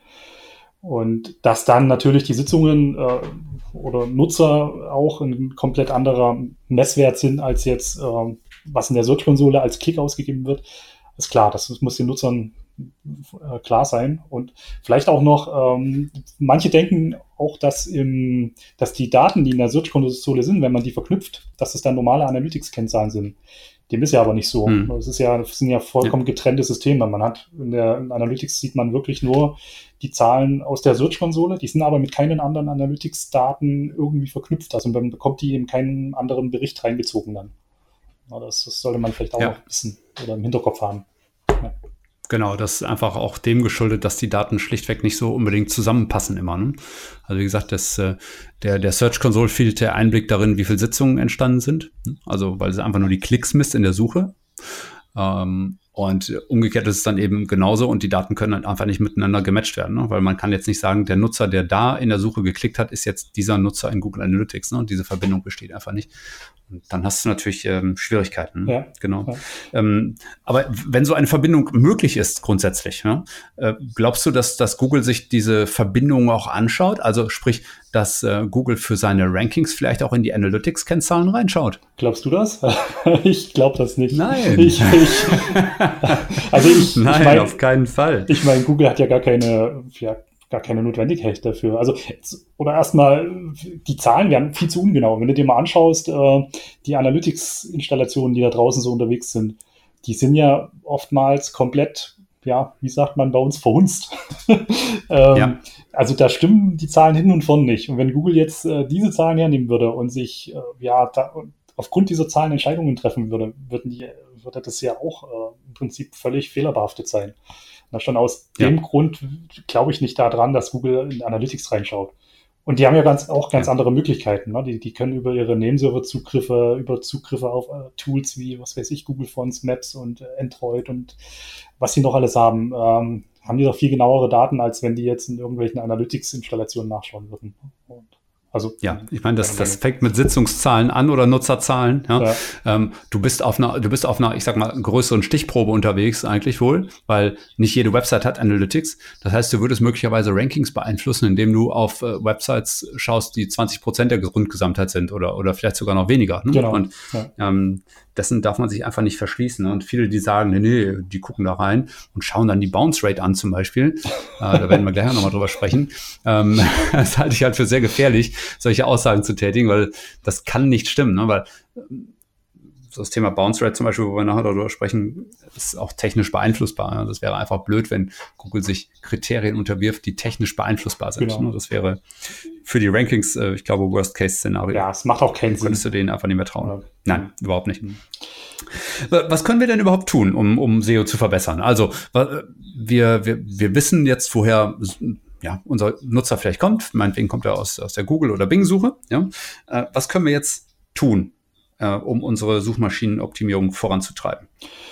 Und dass dann natürlich die Sitzungen äh, oder Nutzer auch ein komplett anderer Messwert sind, als jetzt, äh, was in der Search-Konsole als Klick ausgegeben wird, ist klar. Das muss den Nutzern äh, klar sein. Und vielleicht auch noch, ähm, manche denken auch, dass, im, dass die Daten, die in der Search-Konsole sind, wenn man die verknüpft, dass es dann normale Analytics-Kennzahlen sind. Dem ist ja aber nicht so. Hm. Das ist ja, das sind ja vollkommen getrennte Systeme. Man hat in der in Analytics sieht man wirklich nur die Zahlen aus der Search-Konsole. Die sind aber mit keinen anderen Analytics-Daten irgendwie verknüpft. Also man bekommt die in keinen anderen Bericht reingezogen dann. Das, das sollte man vielleicht auch ja. noch wissen oder im Hinterkopf haben. Ja. Genau, das ist einfach auch dem geschuldet, dass die Daten schlichtweg nicht so unbedingt zusammenpassen immer. Ne? Also wie gesagt, das, der, der Search Console fehlt der Einblick darin, wie viele Sitzungen entstanden sind. Also weil es einfach nur die Klicks misst in der Suche. Ähm, und umgekehrt ist es dann eben genauso und die Daten können halt einfach nicht miteinander gematcht werden. Ne? Weil man kann jetzt nicht sagen, der Nutzer, der da in der Suche geklickt hat, ist jetzt dieser Nutzer in Google Analytics. Ne? Und diese Verbindung besteht einfach nicht. Und dann hast du natürlich ähm, Schwierigkeiten. Ja, genau. Ja. Ähm, aber wenn so eine Verbindung möglich ist, grundsätzlich, ne, äh, glaubst du, dass, dass Google sich diese Verbindung auch anschaut? Also sprich, dass äh, Google für seine Rankings vielleicht auch in die Analytics-Kennzahlen reinschaut? Glaubst du das? Ich glaube das nicht. Nein. Ich, ich, also ich, Nein, ich mein, auf keinen Fall. Ich meine, Google hat ja gar keine, ja, gar keine Notwendigkeit dafür. Also, oder erstmal, die Zahlen werden viel zu ungenau. Wenn du dir mal anschaust, äh, die Analytics-Installationen, die da draußen so unterwegs sind, die sind ja oftmals komplett, ja, wie sagt man bei uns, verhunzt. ähm, ja. Also da stimmen die Zahlen hin und vorn nicht. Und wenn Google jetzt äh, diese Zahlen hernehmen würde und sich, äh, ja, da, aufgrund dieser Zahlen Entscheidungen treffen würde, würden die, würde das ja auch äh, im Prinzip völlig fehlerbehaftet sein. Na, schon aus ja. dem Grund glaube ich nicht daran, dass Google in Analytics reinschaut. Und die haben ja ganz, auch ganz ja. andere Möglichkeiten. Ne? Die, die können über ihre Nameserver-Zugriffe, über Zugriffe auf äh, Tools wie, was weiß ich, Google Fonts, Maps und äh, Android und was sie noch alles haben, ähm, haben die doch viel genauere Daten, als wenn die jetzt in irgendwelchen Analytics-Installationen nachschauen würden. Und also, ja, ich meine, das, das fängt mit Sitzungszahlen an oder Nutzerzahlen. Ja. Ja. Ähm, du bist auf einer, du bist auf einer, ich sag mal, größeren Stichprobe unterwegs eigentlich wohl, weil nicht jede Website hat Analytics. Das heißt, du würdest möglicherweise Rankings beeinflussen, indem du auf äh, Websites schaust, die zwanzig Prozent der Grundgesamtheit sind oder, oder vielleicht sogar noch weniger. Ne? Genau. Und ja. ähm, dessen darf man sich einfach nicht verschließen. Ne? Und viele, die sagen, nee, nee, die gucken da rein und schauen dann die Bounce Rate an zum Beispiel. äh, da werden wir gleich nochmal drüber sprechen. Ähm, das halte ich halt für sehr gefährlich, solche Aussagen zu tätigen, weil das kann nicht stimmen. Ne? Weil so das Thema Bounce Rate zum Beispiel, wo wir nachher darüber sprechen, ist auch technisch beeinflussbar. Ne? Das wäre einfach blöd, wenn Google sich Kriterien unterwirft, die technisch beeinflussbar sind. Genau. Ne? Das wäre für die Rankings, äh, ich glaube, Worst-Case-Szenario. Ja, es macht auch keinen Sinn. Könntest du denen einfach nicht mehr trauen. Ja. Nein, überhaupt nicht. Was können wir denn überhaupt tun, um, um S E O zu verbessern? Also wir, wir, wir wissen jetzt, woher ja, unser Nutzer vielleicht kommt. Meinetwegen kommt er aus, aus der Google- oder Bing-Suche. Ja? Was können wir jetzt tun, um unsere Suchmaschinenoptimierung voranzutreiben?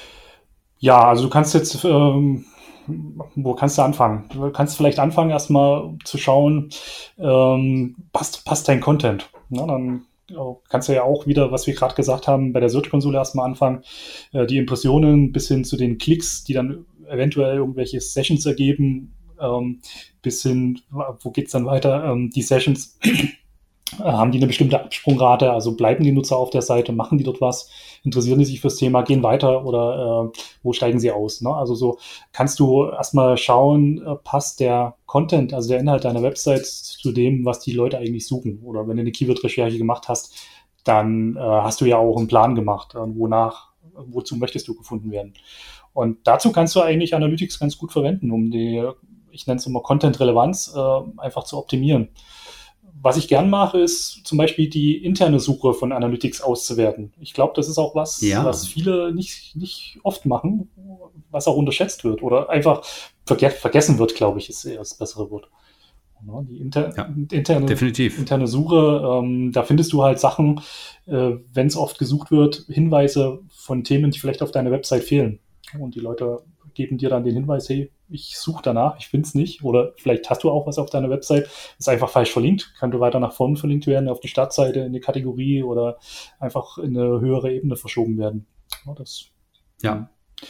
Ja, also du kannst jetzt, ähm, wo kannst du anfangen? Du kannst vielleicht anfangen, erstmal zu schauen, ähm, passt, passt dein Content. Na, dann kannst du ja auch wieder, was wir gerade gesagt haben, bei der Search-Konsole erstmal anfangen, äh, die Impressionen bis hin zu den Klicks, die dann eventuell irgendwelche Sessions ergeben, ähm, bis hin, wo geht's dann weiter? Ähm, die Sessions, äh, haben die eine bestimmte Absprungrate, also bleiben die Nutzer auf der Seite, machen die dort was, interessieren die sich fürs Thema, gehen weiter oder äh, wo steigen sie aus? Ne? Also so kannst du erstmal schauen, äh, passt der Content, also der Inhalt deiner Website zu dem, was die Leute eigentlich suchen. Oder wenn du eine Keyword-Recherche gemacht hast, dann äh, hast du ja auch einen Plan gemacht, äh, wonach, wozu möchtest du gefunden werden. Und dazu kannst du eigentlich Analytics ganz gut verwenden, um die, ich nenne es immer Content-Relevanz, äh, einfach zu optimieren. Was ich gern mache, ist zum Beispiel die interne Suche von Analytics auszuwerten. Ich glaube, das ist auch was, ja. was viele nicht, nicht oft machen, was auch unterschätzt wird oder einfach verge- vergessen wird, glaube ich, ist eher das bessere Wort. Die inter- ja, interne, definitiv. interne Suche, ähm, da findest du halt Sachen, äh, wenn es oft gesucht wird, Hinweise von Themen, die vielleicht auf deiner Website fehlen. Und die Leute geben dir dann den Hinweis, hey, ich suche danach, ich finde es nicht. Oder vielleicht hast du auch was auf deiner Website, ist einfach falsch verlinkt, könnte weiter nach vorne verlinkt werden, auf die Startseite, in die Kategorie oder einfach in eine höhere Ebene verschoben werden. Ja, das, ja.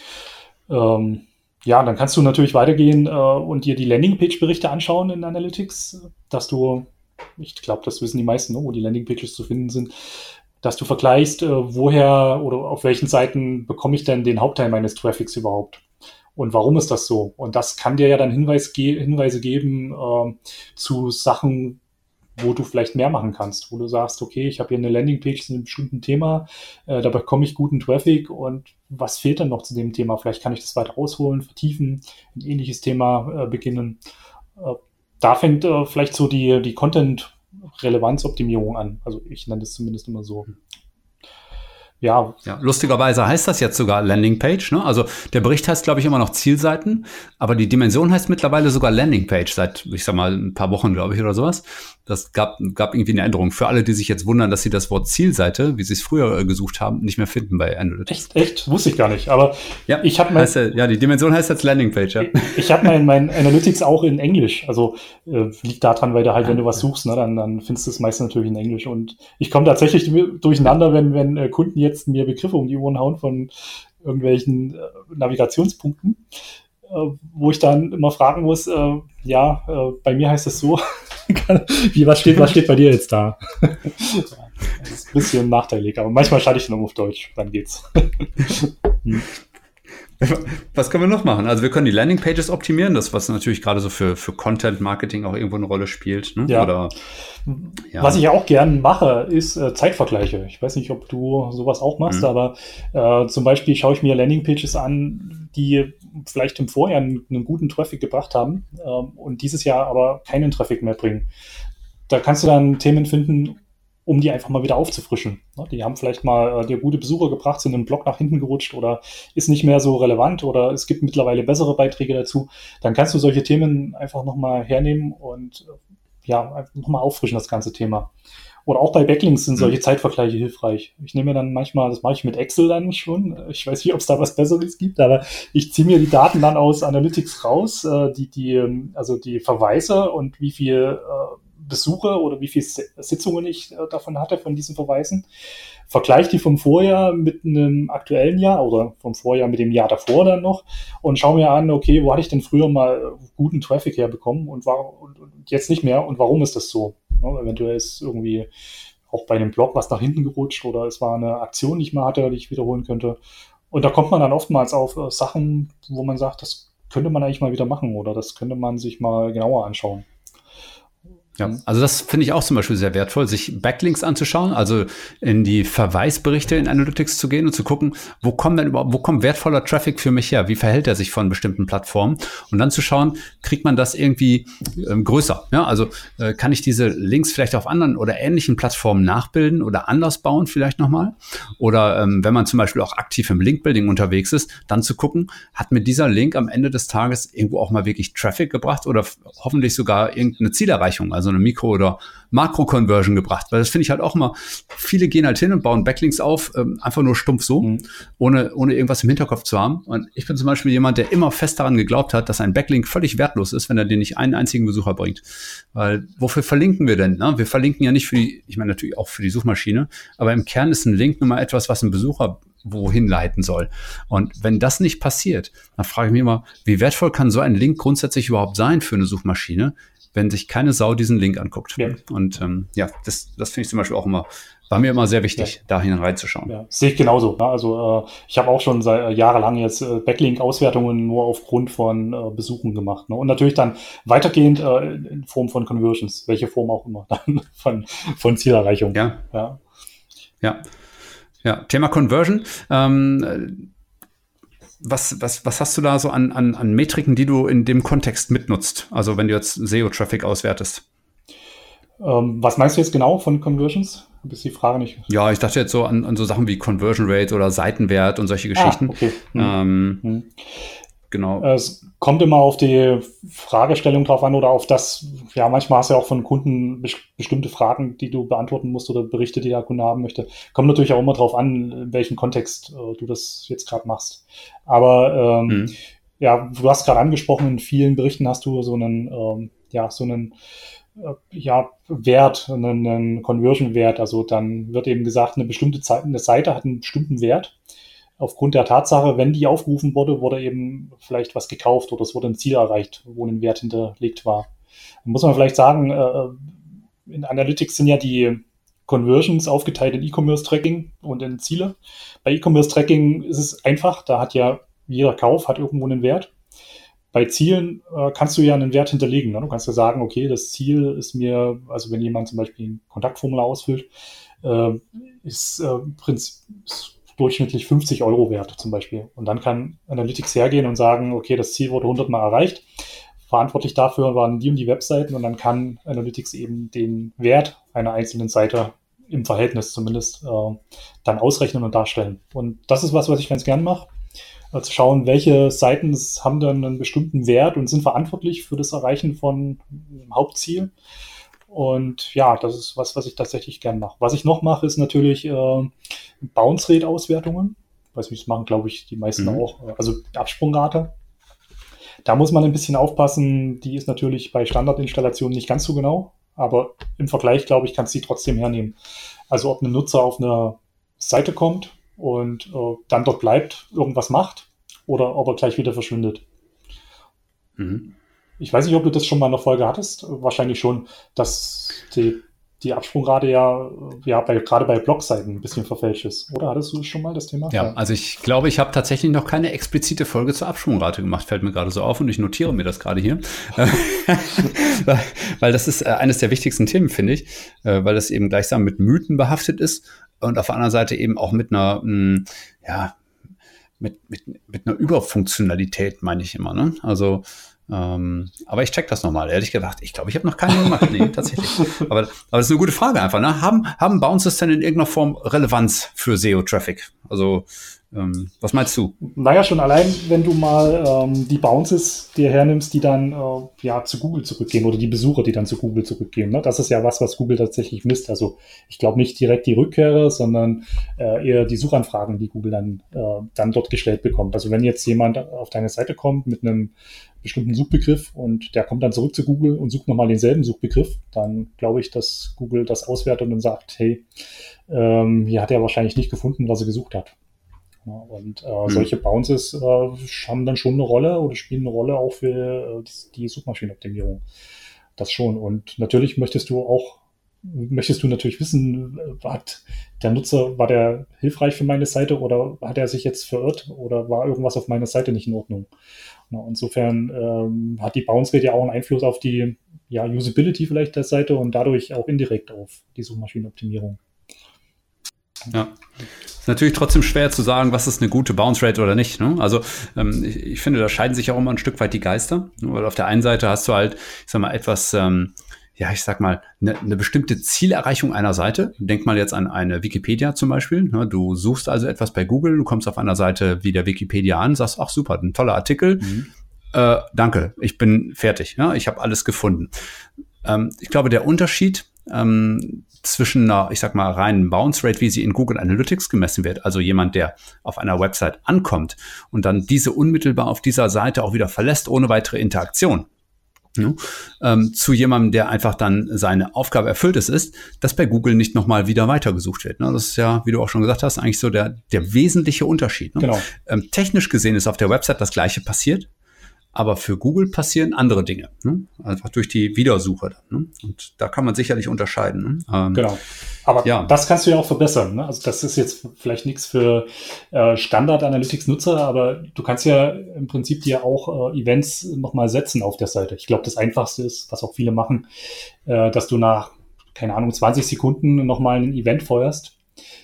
Ähm, ja, dann kannst du natürlich weitergehen äh, und dir die Landingpage-Berichte anschauen in Analytics, dass du, ich glaube, das wissen die meisten, ne, wo die Landingpages zu finden sind, dass du vergleichst, äh, woher oder auf welchen Seiten bekomme ich denn den Hauptteil meines Traffics überhaupt und warum ist das so? Und das kann dir ja dann Hinweis ge- Hinweise geben äh, zu Sachen, wo du vielleicht mehr machen kannst, wo du sagst, okay, ich habe hier eine Landingpage zu einem bestimmten Thema, äh, da bekomme ich guten Traffic und was fehlt dann noch zu dem Thema? Vielleicht kann ich das weiter ausholen, vertiefen, ein ähnliches Thema äh, beginnen. Äh, da fängt äh, vielleicht so die, die Content-Relevanz-Optimierung an. Also ich nenne das zumindest immer so. Ja. ja, lustigerweise heißt das jetzt sogar Landingpage. Ne? Also der Bericht heißt, glaube ich, immer noch Zielseiten, aber die Dimension heißt mittlerweile sogar Landingpage seit, ich sag mal, ein paar Wochen, glaube ich, oder sowas. Das gab, gab irgendwie eine Änderung. Für alle, die sich jetzt wundern, dass sie das Wort Zielseite, wie sie es früher äh, gesucht haben, nicht mehr finden bei Analytics. Echt? Echt? Wusste ich gar nicht. Aber ja, ich habe mein, heißt, ja, die Dimension heißt jetzt Landingpage. Ja. Ich, ich habe mein, mein Analytics auch in Englisch. Also äh, liegt daran, weil du halt, wenn du was suchst, ne, dann, dann findest du es meistens natürlich in Englisch. Und ich komme tatsächlich durcheinander, wenn, wenn äh, Kunden jetzt mir Begriffe um die Ohren hauen von irgendwelchen äh, Navigationspunkten, äh, wo ich dann immer fragen muss, äh, ja, äh, bei mir heißt es so, wie, was steht, was steht bei dir jetzt da? Das ist ein bisschen nachteilig, aber manchmal schalte ich dann um auf Deutsch, dann geht's. hm. Was können wir noch machen? Also wir können die Landingpages optimieren, das was natürlich gerade so für, für Content-Marketing auch irgendwo eine Rolle spielt. Ne? Ja. Oder, ja. Was ich ja auch gern mache, ist äh, Zeitvergleiche. Ich weiß nicht, ob du sowas auch machst, mhm. aber äh, zum Beispiel schaue ich mir Landingpages an, die vielleicht im Vorjahr einen, einen guten Traffic gebracht haben ähm, und dieses Jahr aber keinen Traffic mehr bringen. Da kannst du dann Themen finden, um die einfach mal wieder aufzufrischen. Die haben vielleicht mal äh, dir gute Besucher gebracht, sind im Blog nach hinten gerutscht oder ist nicht mehr so relevant oder es gibt mittlerweile bessere Beiträge dazu. Dann kannst du solche Themen einfach nochmal hernehmen und ja, nochmal auffrischen, das ganze Thema. Oder auch bei Backlinks sind solche Zeitvergleiche hilfreich. Ich nehme mir dann manchmal, das mache ich mit Excel dann schon, ich weiß nicht, ob es da was Besseres gibt, aber ich ziehe mir die Daten dann aus Analytics raus, äh, die, die, also die Verweise und wie viel äh, Besuche oder wie viele Sitzungen ich äh, davon hatte, von diesen Verweisen. Vergleiche die vom Vorjahr mit einem aktuellen Jahr oder vom Vorjahr mit dem Jahr davor dann noch und schaue mir an, okay, wo hatte ich denn früher mal guten Traffic herbekommen und, war, und, und jetzt nicht mehr und warum ist das so? Ja, eventuell ist irgendwie auch bei einem Blog was nach hinten gerutscht oder es war eine Aktion, die ich mal hatte, die ich wiederholen könnte. Und da kommt man dann oftmals auf äh, Sachen, wo man sagt, das könnte man eigentlich mal wieder machen oder das könnte man sich mal genauer anschauen. Ja, also das finde ich auch zum Beispiel sehr wertvoll, sich Backlinks anzuschauen, also in die Verweisberichte in Analytics zu gehen und zu gucken, wo kommt denn überhaupt, wo kommt wertvoller Traffic für mich her? Wie verhält er sich von bestimmten Plattformen? Und dann zu schauen, kriegt man das irgendwie ähm, größer? Ja, also äh, kann ich diese Links vielleicht auf anderen oder ähnlichen Plattformen nachbilden oder anders bauen vielleicht nochmal? Oder ähm, wenn man zum Beispiel auch aktiv im Linkbuilding unterwegs ist, dann zu gucken, hat mir dieser Link am Ende des Tages irgendwo auch mal wirklich Traffic gebracht oder f- hoffentlich sogar irgendeine Zielerreichung, also so eine Mikro- oder Makro-Conversion gebracht, weil das finde ich halt auch immer, viele gehen halt hin und bauen Backlinks auf, ähm, einfach nur stumpf so, mhm. ohne, ohne irgendwas im Hinterkopf zu haben. Und ich bin zum Beispiel jemand, der immer fest daran geglaubt hat, dass ein Backlink völlig wertlos ist, wenn er dir nicht einen einzigen Besucher bringt. Weil, wofür verlinken wir denn? Ne? Wir verlinken ja nicht für die, ich meine natürlich auch für die Suchmaschine, aber im Kern ist ein Link nun mal etwas, was ein Besucher wohin leiten soll. Und wenn das nicht passiert, dann frage ich mich immer, wie wertvoll kann so ein Link grundsätzlich überhaupt sein für eine Suchmaschine, wenn sich keine Sau diesen Link anguckt. Ja. Und ähm, ja, das, das finde ich zum Beispiel auch immer, war mir immer sehr wichtig, ja. da hinein reinzuschauen. Ja, sehe ich genauso. Ne? Also äh, ich habe auch schon seit äh, jahrelang jetzt äh, Backlink-Auswertungen nur aufgrund von äh, Besuchen gemacht. Ne? Und natürlich dann weitergehend äh, in Form von Conversions, welche Form auch immer, dann von, von Zielerreichung. Ja. Ja. Ja. Ja. Thema Conversion. Ähm, Was, was, was hast du da so an, an, an Metriken, die du in dem Kontext mitnutzt? Also wenn du jetzt S E O-Traffic auswertest. Ähm, was meinst du jetzt genau von Conversions? Ist die Frage nicht. Ja, ich dachte jetzt so an, an so Sachen wie Conversion Rate oder Seitenwert und solche Geschichten. Ah, okay. Hm. Ähm, hm. Genau. Es kommt immer auf die Fragestellung drauf an oder auf das, ja, manchmal hast du ja auch von Kunden bestimmte Fragen, die du beantworten musst oder Berichte, die der Kunde haben möchte. Kommt natürlich auch immer drauf an, in welchem Kontext äh, du das jetzt gerade machst. Aber ähm, mhm. ja, du hast gerade angesprochen, in vielen Berichten hast du so einen, ähm, ja, so einen äh, ja, Wert, einen, einen Conversion-Wert. Also dann wird eben gesagt, eine bestimmte Zeit, eine Seite hat einen bestimmten Wert. Aufgrund der Tatsache, wenn die aufgerufen wurde, wurde eben vielleicht was gekauft oder es wurde ein Ziel erreicht, wo ein Wert hinterlegt war. Dann muss man vielleicht sagen, äh, in Analytics sind ja die Conversions aufgeteilt in E-Commerce-Tracking und in Ziele. Bei E-Commerce-Tracking ist es einfach, da hat ja jeder Kauf hat irgendwo einen Wert. Bei Zielen äh, kannst du ja einen Wert hinterlegen. Ne? Du kannst ja sagen, okay, das Ziel ist mir, also wenn jemand zum Beispiel ein Kontaktformular ausfüllt, äh, ist äh, Prinzip ist durchschnittlich fünfzig Euro wert zum Beispiel. Und dann kann Analytics hergehen und sagen, okay, das Ziel wurde hundert Mal erreicht. Verantwortlich dafür waren die und die Webseiten und dann kann Analytics eben den Wert einer einzelnen Seite im Verhältnis zumindest äh, dann ausrechnen und darstellen. Und das ist was, was ich ganz gern mache. Äh, zu schauen, welche Seiten haben dann einen bestimmten Wert und sind verantwortlich für das Erreichen von einem Hauptziel. Und ja, das ist was, was ich tatsächlich gern mache. Was ich noch mache, ist natürlich äh, Bounce-Rate-Auswertungen. Weiß nicht, das machen, glaube ich, die meisten mhm. auch. Also Absprungrate. Da muss man ein bisschen aufpassen. Die ist natürlich bei Standardinstallationen nicht ganz so genau. Aber im Vergleich, glaube ich, kannst du die trotzdem hernehmen. Also ob ein Nutzer auf eine Seite kommt und äh, dann dort bleibt, irgendwas macht oder ob er gleich wieder verschwindet. Mhm. Ich weiß nicht, ob du das schon mal in der Folge hattest. Wahrscheinlich schon, dass die, die Absprungrate ja, ja bei, gerade bei Blogseiten ein bisschen verfälscht ist. Oder hattest du schon mal das Thema? Ja, ja. Also ich glaube, ich habe tatsächlich noch keine explizite Folge zur Absprungrate gemacht. Fällt mir gerade so auf und ich notiere mir das gerade hier. weil, weil das ist eines der wichtigsten Themen, finde ich. Weil das eben gleichsam mit Mythen behaftet ist und auf der anderen Seite eben auch mit einer, mh, ja, mit, mit, mit einer Überfunktionalität, meine ich immer. Ne? Also Ähm, aber ich check das nochmal. Ehrlich gesagt, ich glaube, ich habe noch keine gemacht. Nee, tatsächlich. Aber, aber das ist eine gute Frage einfach. Ne? Haben, haben Bounces denn in irgendeiner Form Relevanz für S E O-Traffic? Also, ähm, was meinst du? Naja, schon allein, wenn du mal ähm, die Bounces dir hernimmst, die dann äh, ja zu Google zurückgehen oder die Besucher, die dann zu Google zurückgehen. Ne? Das ist ja was, was Google tatsächlich misst. Also ich glaube nicht direkt die Rückkehrer, sondern äh, eher die Suchanfragen, die Google dann, äh, dann dort gestellt bekommt. Also wenn jetzt jemand auf deine Seite kommt mit einem bestimmten Suchbegriff und der kommt dann zurück zu Google und sucht nochmal denselben Suchbegriff, dann glaube ich, dass Google das auswertet und sagt, hey, ähm, hier hat er wahrscheinlich nicht gefunden, was er gesucht hat. Ja, und äh, hm. solche Bounces äh, haben dann schon eine Rolle oder spielen eine Rolle auch für äh, die, die Suchmaschinenoptimierung. Das schon. Und natürlich möchtest du auch, möchtest du natürlich wissen, hat der Nutzer, war der hilfreich für meine Seite oder hat er sich jetzt verirrt oder war irgendwas auf meiner Seite nicht in Ordnung? Ja, insofern ähm, hat die Bounce Rate ja auch einen Einfluss auf die ja, Usability vielleicht der Seite und dadurch auch indirekt auf die Suchmaschinenoptimierung. Ja, ist natürlich trotzdem schwer zu sagen, was ist eine gute Bounce Rate oder nicht. Ne? Also ähm, ich, ich finde, da scheiden sich auch immer ein Stück weit die Geister. Ne? Weil auf der einen Seite hast du halt, ich sag mal, etwas, ähm, ja, ich sag mal, eine, eine bestimmte Zielerreichung einer Seite. Denk mal jetzt an eine Wikipedia zum Beispiel. Ne? Du suchst also etwas bei Google, du kommst auf einer Seite wie der Wikipedia an, sagst, ach super, ein toller Artikel. Mhm. Äh, danke, ich bin fertig. Ja? Ich habe alles gefunden. Ähm, ich glaube, der Unterschied ähm, zwischen einer, ich sag mal, reinen Bounce Rate, wie sie in Google Analytics gemessen wird, also jemand, der auf einer Website ankommt und dann diese unmittelbar auf dieser Seite auch wieder verlässt, ohne weitere Interaktion, ja, ähm, zu jemandem, der einfach dann seine Aufgabe erfüllt ist, ist, dass bei Google nicht nochmal wieder weitergesucht wird. Ne? Das ist ja, wie du auch schon gesagt hast, eigentlich so der, der wesentliche Unterschied. Ne? Genau. Ähm, technisch gesehen ist auf der Website das Gleiche passiert, aber für Google passieren andere Dinge, ne? Einfach durch die Wiedersuche. Ne? Und da kann man sicherlich unterscheiden. Ne? Ähm, genau. Aber ja. Das kannst du ja auch verbessern. Ne? Also das ist jetzt vielleicht nichts für äh, Standard-Analytics-Nutzer, aber du kannst ja im Prinzip dir auch äh, Events nochmal setzen auf der Seite. Ich glaube, das Einfachste ist, was auch viele machen, äh, dass du nach, keine Ahnung, zwanzig Sekunden nochmal ein Event feuerst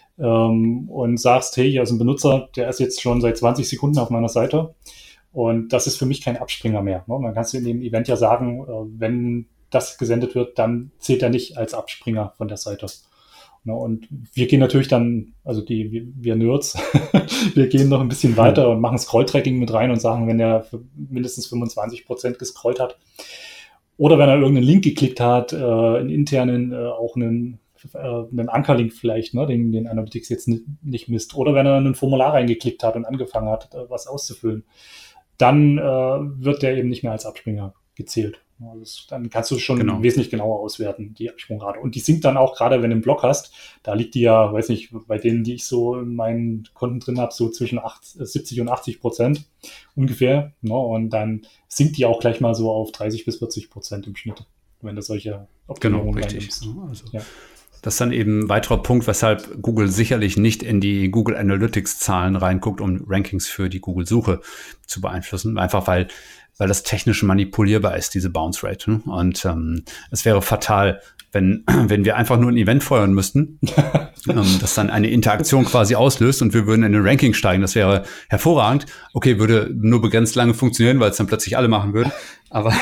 ähm, und sagst, hey, hier ist ein Benutzer, der ist jetzt schon seit zwanzig Sekunden auf meiner Seite. Und das ist für mich kein Abspringer mehr. Ne? Dann kannst du in dem Event ja sagen, äh, wenn das gesendet wird, dann zählt er nicht als Abspringer von der Seite. Ne? Und wir gehen natürlich dann, also die wir, wir Nerds, wir gehen noch ein bisschen weiter und machen Scroll-Tracking mit rein und sagen, wenn er mindestens fünfundzwanzig Prozent gescrollt hat oder wenn er irgendeinen Link geklickt hat, äh, einen internen, äh, auch einen einen Ankerlink vielleicht, ne, den, den Analytics jetzt nicht, nicht misst. Oder wenn er ein Formular reingeklickt hat und angefangen hat, was auszufüllen, dann äh, wird der eben nicht mehr als Abspringer gezählt. Also das, dann kannst du schon genau. wesentlich genauer auswerten, die Absprungrate. Und die sinkt dann auch, gerade wenn du einen Blog hast, da liegt die ja, weiß nicht, bei denen, die ich so in meinen Konten drin habe, so zwischen siebzig und achtzig Prozent ungefähr. Ne, und dann sinkt die auch gleich mal so auf dreißig bis vierzig Prozent im Schnitt, wenn du solche Optimierungen genau, richtig. reinnimmst. Also. Ja. Das ist dann eben ein weiterer Punkt, weshalb Google sicherlich nicht in die Google Analytics-Zahlen reinguckt, um Rankings für die Google-Suche zu beeinflussen. Einfach weil, weil das technisch manipulierbar ist, diese Bounce Rate. Ne? Und ähm, es wäre fatal, wenn, wenn wir einfach nur ein Event feuern müssten, ähm, das dann eine Interaktion quasi auslöst und wir würden in den Ranking steigen. Das wäre hervorragend. Okay, würde nur begrenzt lange funktionieren, weil es dann plötzlich alle machen würden. Aber,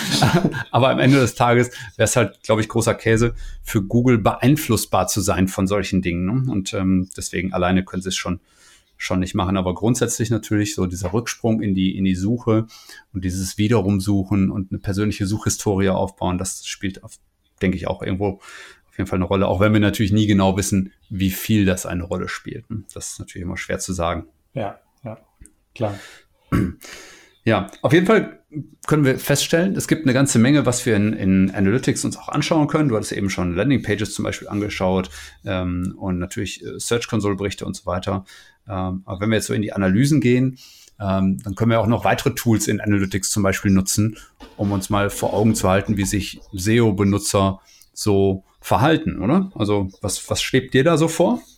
aber am Ende des Tages wäre es halt, glaube ich, großer Käse für Google beeinflussbar zu sein von solchen Dingen. Ne? Und ähm, deswegen alleine können sie es schon schon nicht machen. Aber grundsätzlich natürlich so dieser Rücksprung in die in die Suche und dieses Wiederumsuchen und eine persönliche Suchhistorie aufbauen, das spielt auf, denke ich, auch irgendwo auf jeden Fall eine Rolle. Auch wenn wir natürlich nie genau wissen, wie viel das eine Rolle spielt. Das ist natürlich immer schwer zu sagen. Ja, ja, klar. Ja, auf jeden Fall können wir feststellen, es gibt eine ganze Menge, was wir in, in Analytics uns auch anschauen können. Du hattest eben schon Landingpages zum Beispiel angeschaut ähm, und natürlich äh, Search-Console-Berichte und so weiter. Ähm, aber wenn wir jetzt so in die Analysen gehen, ähm, dann können wir auch noch weitere Tools in Analytics zum Beispiel nutzen, um uns mal vor Augen zu halten, wie sich S E O-Benutzer so verhalten, oder? Also was, was schwebt dir da so vor?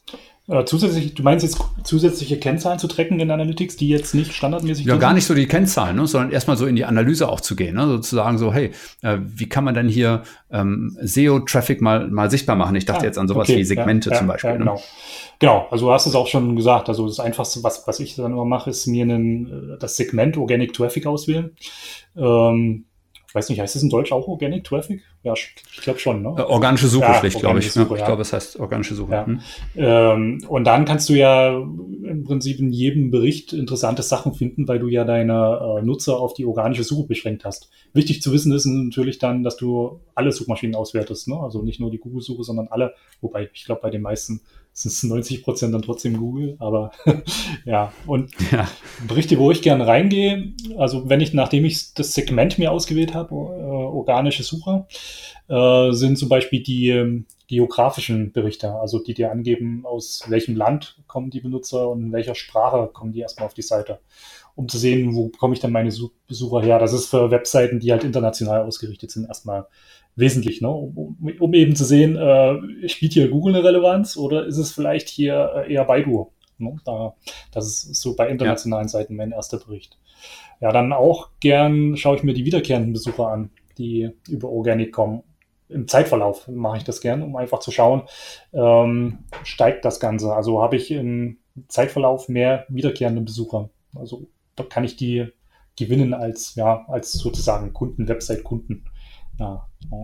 Äh, zusätzlich, du meinst jetzt zusätzliche Kennzahlen zu tracken in Analytics, die jetzt nicht standardmäßig Ja, sind? gar nicht so die Kennzahlen, ne, sondern erstmal so in die Analyse auch zu gehen, ne, sozusagen so, hey, äh, wie kann man denn hier ähm, S E O-Traffic mal, mal sichtbar machen? Ich dachte Ah, jetzt an sowas okay, wie Segmente ja, zum ja, Beispiel. Ja, genau. Ne? Genau, also du hast es auch schon gesagt. Also das Einfachste, was, was ich dann immer mache, ist mir einen, das Segment Organic Traffic auswählen. Ähm, Ich weiß nicht, heißt es in Deutsch auch Organic Traffic? Ja, ich glaube schon, ne? Äh, organische Suche ja, schlicht, glaube ich. Suche, Ja. Ich glaube, es heißt organische Suche. Ja. Hm. Ähm, und dann kannst du ja im Prinzip in jedem Bericht interessante Sachen finden, weil du ja deine äh, Nutzer auf die organische Suche beschränkt hast. Wichtig zu wissen ist natürlich dann, dass du alle Suchmaschinen auswertest, ne? Also nicht nur die Google-Suche, sondern alle. Wobei, ich glaube, bei den meisten sind es neunzig Prozent dann trotzdem Google, aber ja. Und ja. Berichte, wo ich gerne reingehe, also wenn ich, nachdem ich das Segment mir ausgewählt habe, äh, organische Suche, äh, sind zum Beispiel die ähm, geografischen Berichte, also die dir angeben, aus welchem Land kommen die Benutzer und in welcher Sprache kommen die erstmal auf die Seite, um zu sehen, wo bekomme ich denn meine Besucher her. Das ist für Webseiten, die halt international ausgerichtet sind, erstmal wesentlich, ne? um, um eben zu sehen, äh, spielt hier Google eine Relevanz oder ist es vielleicht hier eher Baidu? Ne? Da, das ist so bei internationalen ja. Seiten mein erster Bericht. Ja, dann auch gern schaue ich mir die wiederkehrenden Besucher an, die über Organic kommen. Im Zeitverlauf mache ich das gern, um einfach zu schauen, ähm, steigt das Ganze. Also habe ich im Zeitverlauf mehr wiederkehrende Besucher. Also da kann ich die gewinnen als, ja, als sozusagen Kunden, Website-Kunden. Ja, ja.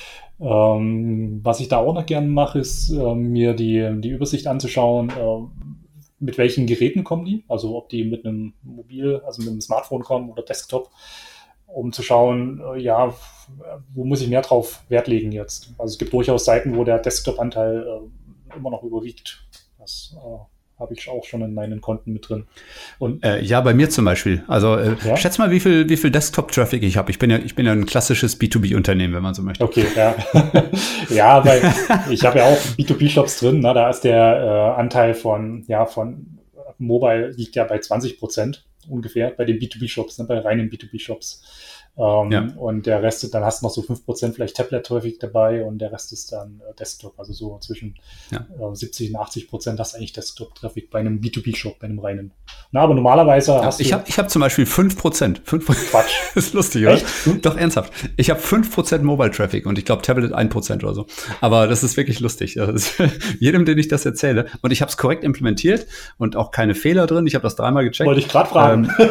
Ähm, was ich da auch noch gern mache, ist äh, mir die, die Übersicht anzuschauen, äh, mit welchen Geräten kommen die, also ob die mit einem Mobil, also mit einem Smartphone kommen oder Desktop, um zu schauen, äh, ja, wo muss ich mehr drauf Wert legen jetzt. Also es gibt durchaus Seiten, wo der Desktop-Anteil äh, immer noch überwiegt. Das äh, habe ich auch schon in meinen Konten mit drin. Und äh, ja, bei mir zum Beispiel. Also äh, ja? schätz mal, wie viel, wie viel Desktop-Traffic ich habe. Ich bin ja, ich bin ja ein klassisches B zwei B-Unternehmen, wenn man so möchte. Okay, ja. ja, weil ich habe ja auch B zwei B-Shops drin. Ne? Da ist der äh, Anteil von, ja, von Mobile liegt ja bei zwanzig Prozent ungefähr bei den B zwei B-Shops, ne? Bei reinen B zwei B-Shops. Ähm, ja. Und der Rest, dann hast du noch so fünf Prozent vielleicht Tablet-Traffic dabei und der Rest ist dann äh, Desktop, also so zwischen ja. äh, siebzig und achtzig Prozent hast du eigentlich Desktop-Traffic bei einem B zwei B-Shop, bei einem reinen. Na, aber normalerweise ja, hast ich du... Hab, ich habe zum Beispiel fünf Prozent. fünf Prozent. Quatsch. Das ist lustig, oder? Hm? Doch, ernsthaft. Ich habe fünf Prozent Mobile-Traffic und ich glaube Tablet ein Prozent oder so. Aber das ist wirklich lustig. Das ist, jedem, den ich das erzähle. Und ich habe es korrekt implementiert und auch keine Fehler drin. Ich habe das dreimal gecheckt. Wollte ich gerade fragen. Ähm,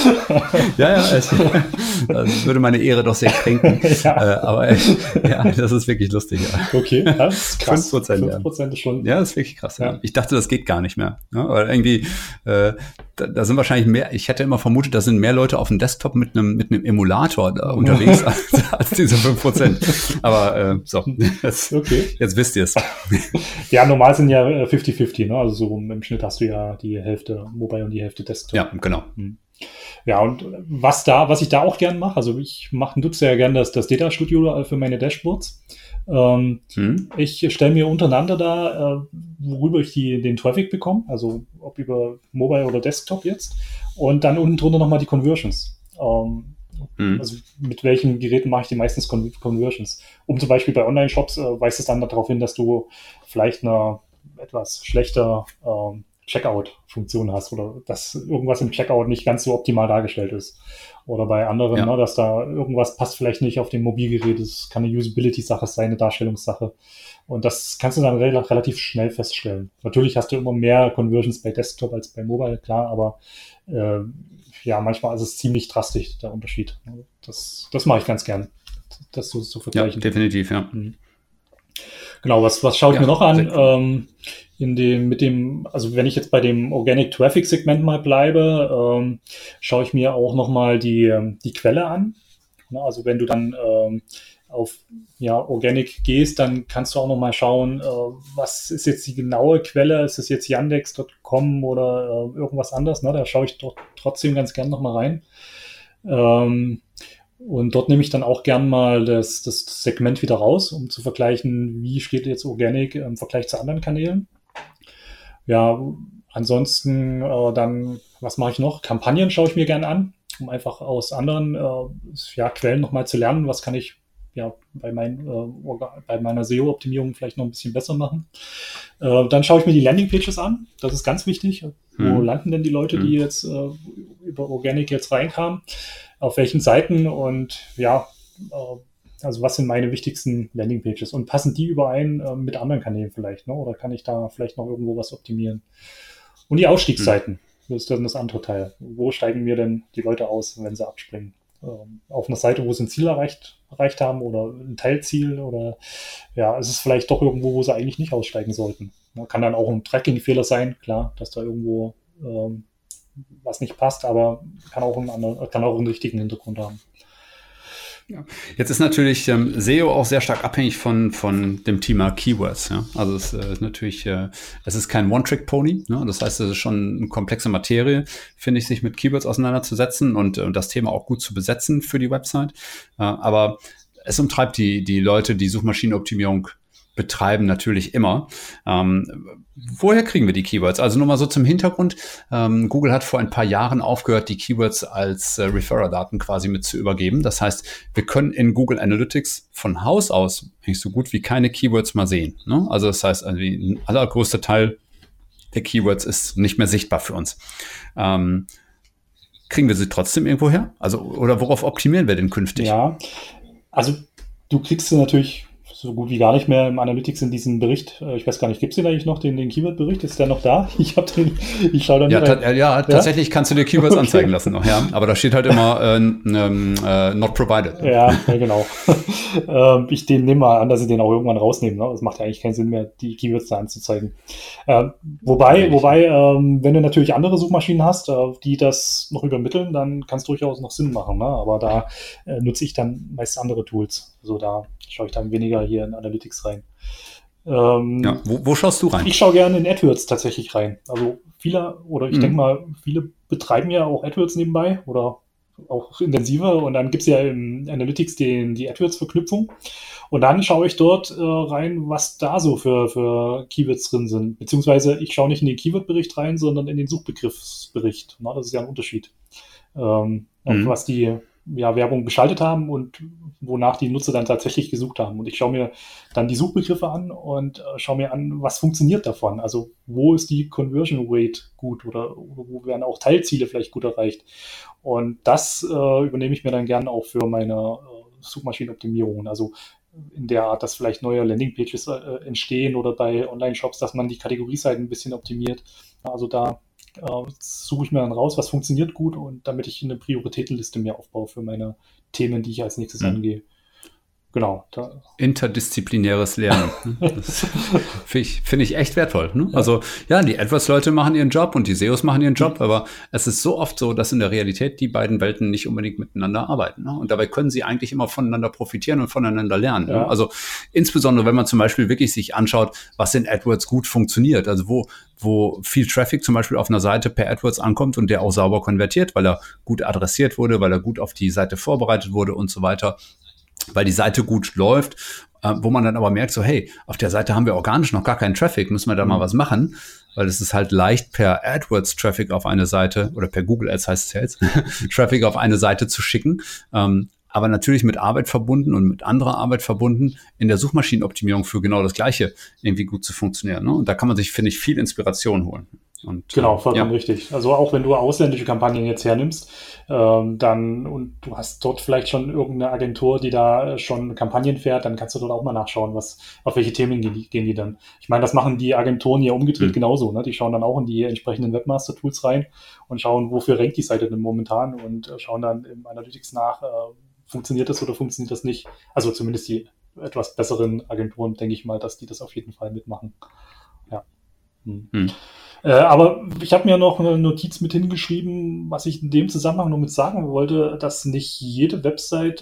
ja, ja, es, das würde meine Ehre doch sehr kränken. ja. Äh, aber ja, das ist wirklich lustig. Ja. Okay, das ist krass. fünf Prozent, fünf Prozent ist schon... Ja, das ist wirklich krass. Ja. Ja. Ich dachte, das geht gar nicht mehr. Ja, aber irgendwie, äh, da, da sind wahrscheinlich mehr, ich hätte immer vermutet, da sind mehr Leute auf dem Desktop mit einem mit einem Emulator da unterwegs als, als diese fünf Prozent. Aber äh, so, jetzt, okay. jetzt wisst ihr es. Ja, normal sind ja fünfzig fünfzig, ne? Also so im Schnitt hast du ja die Hälfte Mobile und die Hälfte Desktop. Ja, genau. Hm. Ja, und was da, was ich da auch gern mache, also ich mache, nutze ja gern das, das Data Studio für meine Dashboards. Ähm, hm. Ich stelle mir untereinander da, äh, worüber ich die, den Traffic bekomme, also ob über Mobile oder Desktop jetzt, und dann unten drunter nochmal die Conversions. Ähm, hm. Also mit welchen Geräten mache ich die meistens Con- Conversions? Um zum Beispiel bei Online-Shops äh, weist es dann darauf hin, dass du vielleicht eine etwas schlechter ähm, Checkout-Funktion hast oder dass irgendwas im Checkout nicht ganz so optimal dargestellt ist. Oder bei anderen, ja. ne, dass da irgendwas passt vielleicht nicht auf dem Mobilgerät. Das kann eine Usability-Sache sein, eine Darstellungssache. Und das kannst du dann re- relativ schnell feststellen. Natürlich hast du immer mehr Conversions bei Desktop als bei Mobile, klar, aber äh, ja, manchmal ist es ziemlich drastisch, der Unterschied. Das, das mache ich ganz gern, das so zu vergleichen. Ja, definitiv, ja. Mhm. Genau, was, was schaue ich ja, mir noch an? Ähm, in dem, mit dem, also wenn ich jetzt bei dem Organic Traffic Segment mal bleibe, ähm, schaue ich mir auch nochmal die, die Quelle an. Na, also wenn du dann ähm, auf ja, Organic gehst, dann kannst du auch nochmal schauen, äh, was ist jetzt die genaue Quelle? Ist es jetzt Yandex Punkt com oder äh, irgendwas anderes? Ne? Da schaue ich doch trotzdem ganz gern nochmal rein. Ähm, Und dort nehme ich dann auch gern mal das, das Segment wieder raus, um zu vergleichen, wie steht jetzt Organic im Vergleich zu anderen Kanälen. Ja, ansonsten äh, dann, was mache ich noch? Kampagnen schaue ich mir gern an, um einfach aus anderen äh, ja, Quellen nochmal zu lernen, was kann ich ja, bei, mein, äh, bei meiner S E O-Optimierung vielleicht noch ein bisschen besser machen. Äh, dann schaue ich mir die Landingpages an. Das ist ganz wichtig. Hm. Wo landen denn die Leute, hm. die jetzt äh, über Organic jetzt reinkamen? Auf welchen Seiten? Und ja, äh, also was sind meine wichtigsten Landingpages? Und passen die überein äh, mit anderen Kanälen vielleicht? Ne? Oder kann ich da vielleicht noch irgendwo was optimieren? Und die Ausstiegsseiten. Hm. Das ist dann das andere Teil. Wo steigen mir denn die Leute aus, wenn sie abspringen? Ähm, auf einer Seite, wo sie ein Ziel erreicht, erreicht haben oder ein Teilziel oder ja, es ist vielleicht doch irgendwo, wo sie eigentlich nicht aussteigen sollten. Ja, kann dann auch ein Tracking-Fehler sein, klar, dass da irgendwo ähm, was nicht passt, aber kann auch einen, anderen, kann auch einen richtigen Hintergrund haben. Ja. Jetzt ist natürlich ähm, S E O auch sehr stark abhängig von, von dem Thema Keywords. Ja? Also es äh, ist natürlich, äh, es ist kein One-Trick-Pony. Ne? Das heißt, es ist schon eine komplexe Materie, finde ich, sich mit Keywords auseinanderzusetzen und äh, das Thema auch gut zu besetzen für die Website. Äh, aber es umtreibt die, die Leute, die Suchmaschinenoptimierung betreiben, natürlich immer. Ähm, woher kriegen wir die Keywords? Also nur mal so zum Hintergrund. Ähm, Google hat vor ein paar Jahren aufgehört, die Keywords als äh, Referrer-Daten quasi mit zu übergeben. Das heißt, wir können in Google Analytics von Haus aus eigentlich so gut wie keine Keywords mal sehen. Ne? Also das heißt, also ein allergrößter Teil der Keywords ist nicht mehr sichtbar für uns. Ähm, kriegen wir sie trotzdem irgendwo her? Also, oder worauf optimieren wir denn künftig? Ja, also du kriegst sie natürlich so gut wie gar nicht mehr im Analytics in diesem Bericht. Ich weiß gar nicht, gibt es den eigentlich noch, den, den Keyword-Bericht? Ist der noch da? Ich habe den, ich schaue da nicht ja, rein. ta- ja, tatsächlich ja? kannst du dir Keywords okay. anzeigen lassen noch, ja. Aber da steht halt immer äh, äh, not provided. Ja, ja genau. ich den nehme mal an, dass ich den auch irgendwann rausnehme. Ne? Das macht ja eigentlich keinen Sinn mehr, die Keywords da anzuzeigen. Ähm, wobei, ja, wobei ähm, wenn du natürlich andere Suchmaschinen hast, äh, die das noch übermitteln, dann kann es durchaus noch Sinn machen. Ne? Aber da äh, nutze ich dann meist andere Tools. Also da schaue ich dann weniger hier in Analytics rein. Ähm, ja, wo, wo schaust du rein? Ich schaue gerne in AdWords tatsächlich rein. Also viele, oder ich mhm. denke mal, viele betreiben ja auch AdWords nebenbei oder auch intensiver und dann gibt es ja im Analytics den, die AdWords-Verknüpfung und dann schaue ich dort äh, rein, was da so für, für Keywords drin sind. Beziehungsweise ich schaue nicht in den Keyword-Bericht rein, sondern in den Suchbegriffsbericht. Na, das ist ja ein Unterschied. Ähm, mhm. Was die ja, Werbung geschaltet haben und wonach die Nutzer dann tatsächlich gesucht haben. Und ich schaue mir dann die Suchbegriffe an und äh, schaue mir an, was funktioniert davon. Also wo ist die Conversion Rate gut oder, oder wo werden auch Teilziele vielleicht gut erreicht. Und das äh, übernehme ich mir dann gerne auch für meine äh, Suchmaschinenoptimierungen. Also in der Art, dass vielleicht neue Landingpages äh, entstehen oder bei Online-Shops, dass man die Kategorieseiten ein bisschen optimiert. Also da Uh, suche ich mir dann raus, was funktioniert gut und damit ich eine Prioritätenliste mir aufbaue für meine Themen, die ich als nächstes mhm. angehe. Genau. Da. Interdisziplinäres Lernen. Das finde ich, find ich echt wertvoll. Ne? Ja. Also ja, die AdWords-Leute machen ihren Job und die S E Os machen ihren Job, mhm. aber es ist so oft so, dass in der Realität die beiden Welten nicht unbedingt miteinander arbeiten. Ne? Und dabei können sie eigentlich immer voneinander profitieren und voneinander lernen. Ja. Ne? Also insbesondere, wenn man zum Beispiel wirklich sich anschaut, was in AdWords gut funktioniert. Also wo wo viel Traffic zum Beispiel auf einer Seite per AdWords ankommt und der auch sauber konvertiert, weil er gut adressiert wurde, weil er gut auf die Seite vorbereitet wurde und so weiter, weil die Seite gut läuft, äh, wo man dann aber merkt, so hey, auf der Seite haben wir organisch noch gar keinen Traffic, müssen wir da mhm. mal was machen, weil es ist halt leicht per AdWords Traffic auf eine Seite oder per Google Ads heißt es ja jetzt, Traffic auf eine Seite zu schicken, ähm, aber natürlich mit Arbeit verbunden und mit anderer Arbeit verbunden, in der Suchmaschinenoptimierung für genau das Gleiche irgendwie gut zu funktionieren. Ne? Und da kann man sich, finde ich, viel Inspiration holen. Und, genau, vollkommen ja. richtig. Also auch wenn du ausländische Kampagnen jetzt hernimmst, ähm, dann und du hast dort vielleicht schon irgendeine Agentur, die da schon Kampagnen fährt, dann kannst du dort auch mal nachschauen, was auf welche Themen gehen die, gehen die dann. Ich meine, das machen die Agenturen ja umgedreht mhm. genauso. Ne? Die schauen dann auch in die entsprechenden Webmaster-Tools rein und schauen, wofür rankt die Seite denn momentan und äh, schauen dann im Analytics nach, äh, funktioniert das oder funktioniert das nicht. Also zumindest die etwas besseren Agenturen, denke ich mal, dass die das auf jeden Fall mitmachen. Ja. Hm. Hm. Äh, aber ich habe mir noch eine Notiz mit hingeschrieben, was ich in dem Zusammenhang noch mit sagen wollte, dass nicht jede Website äh,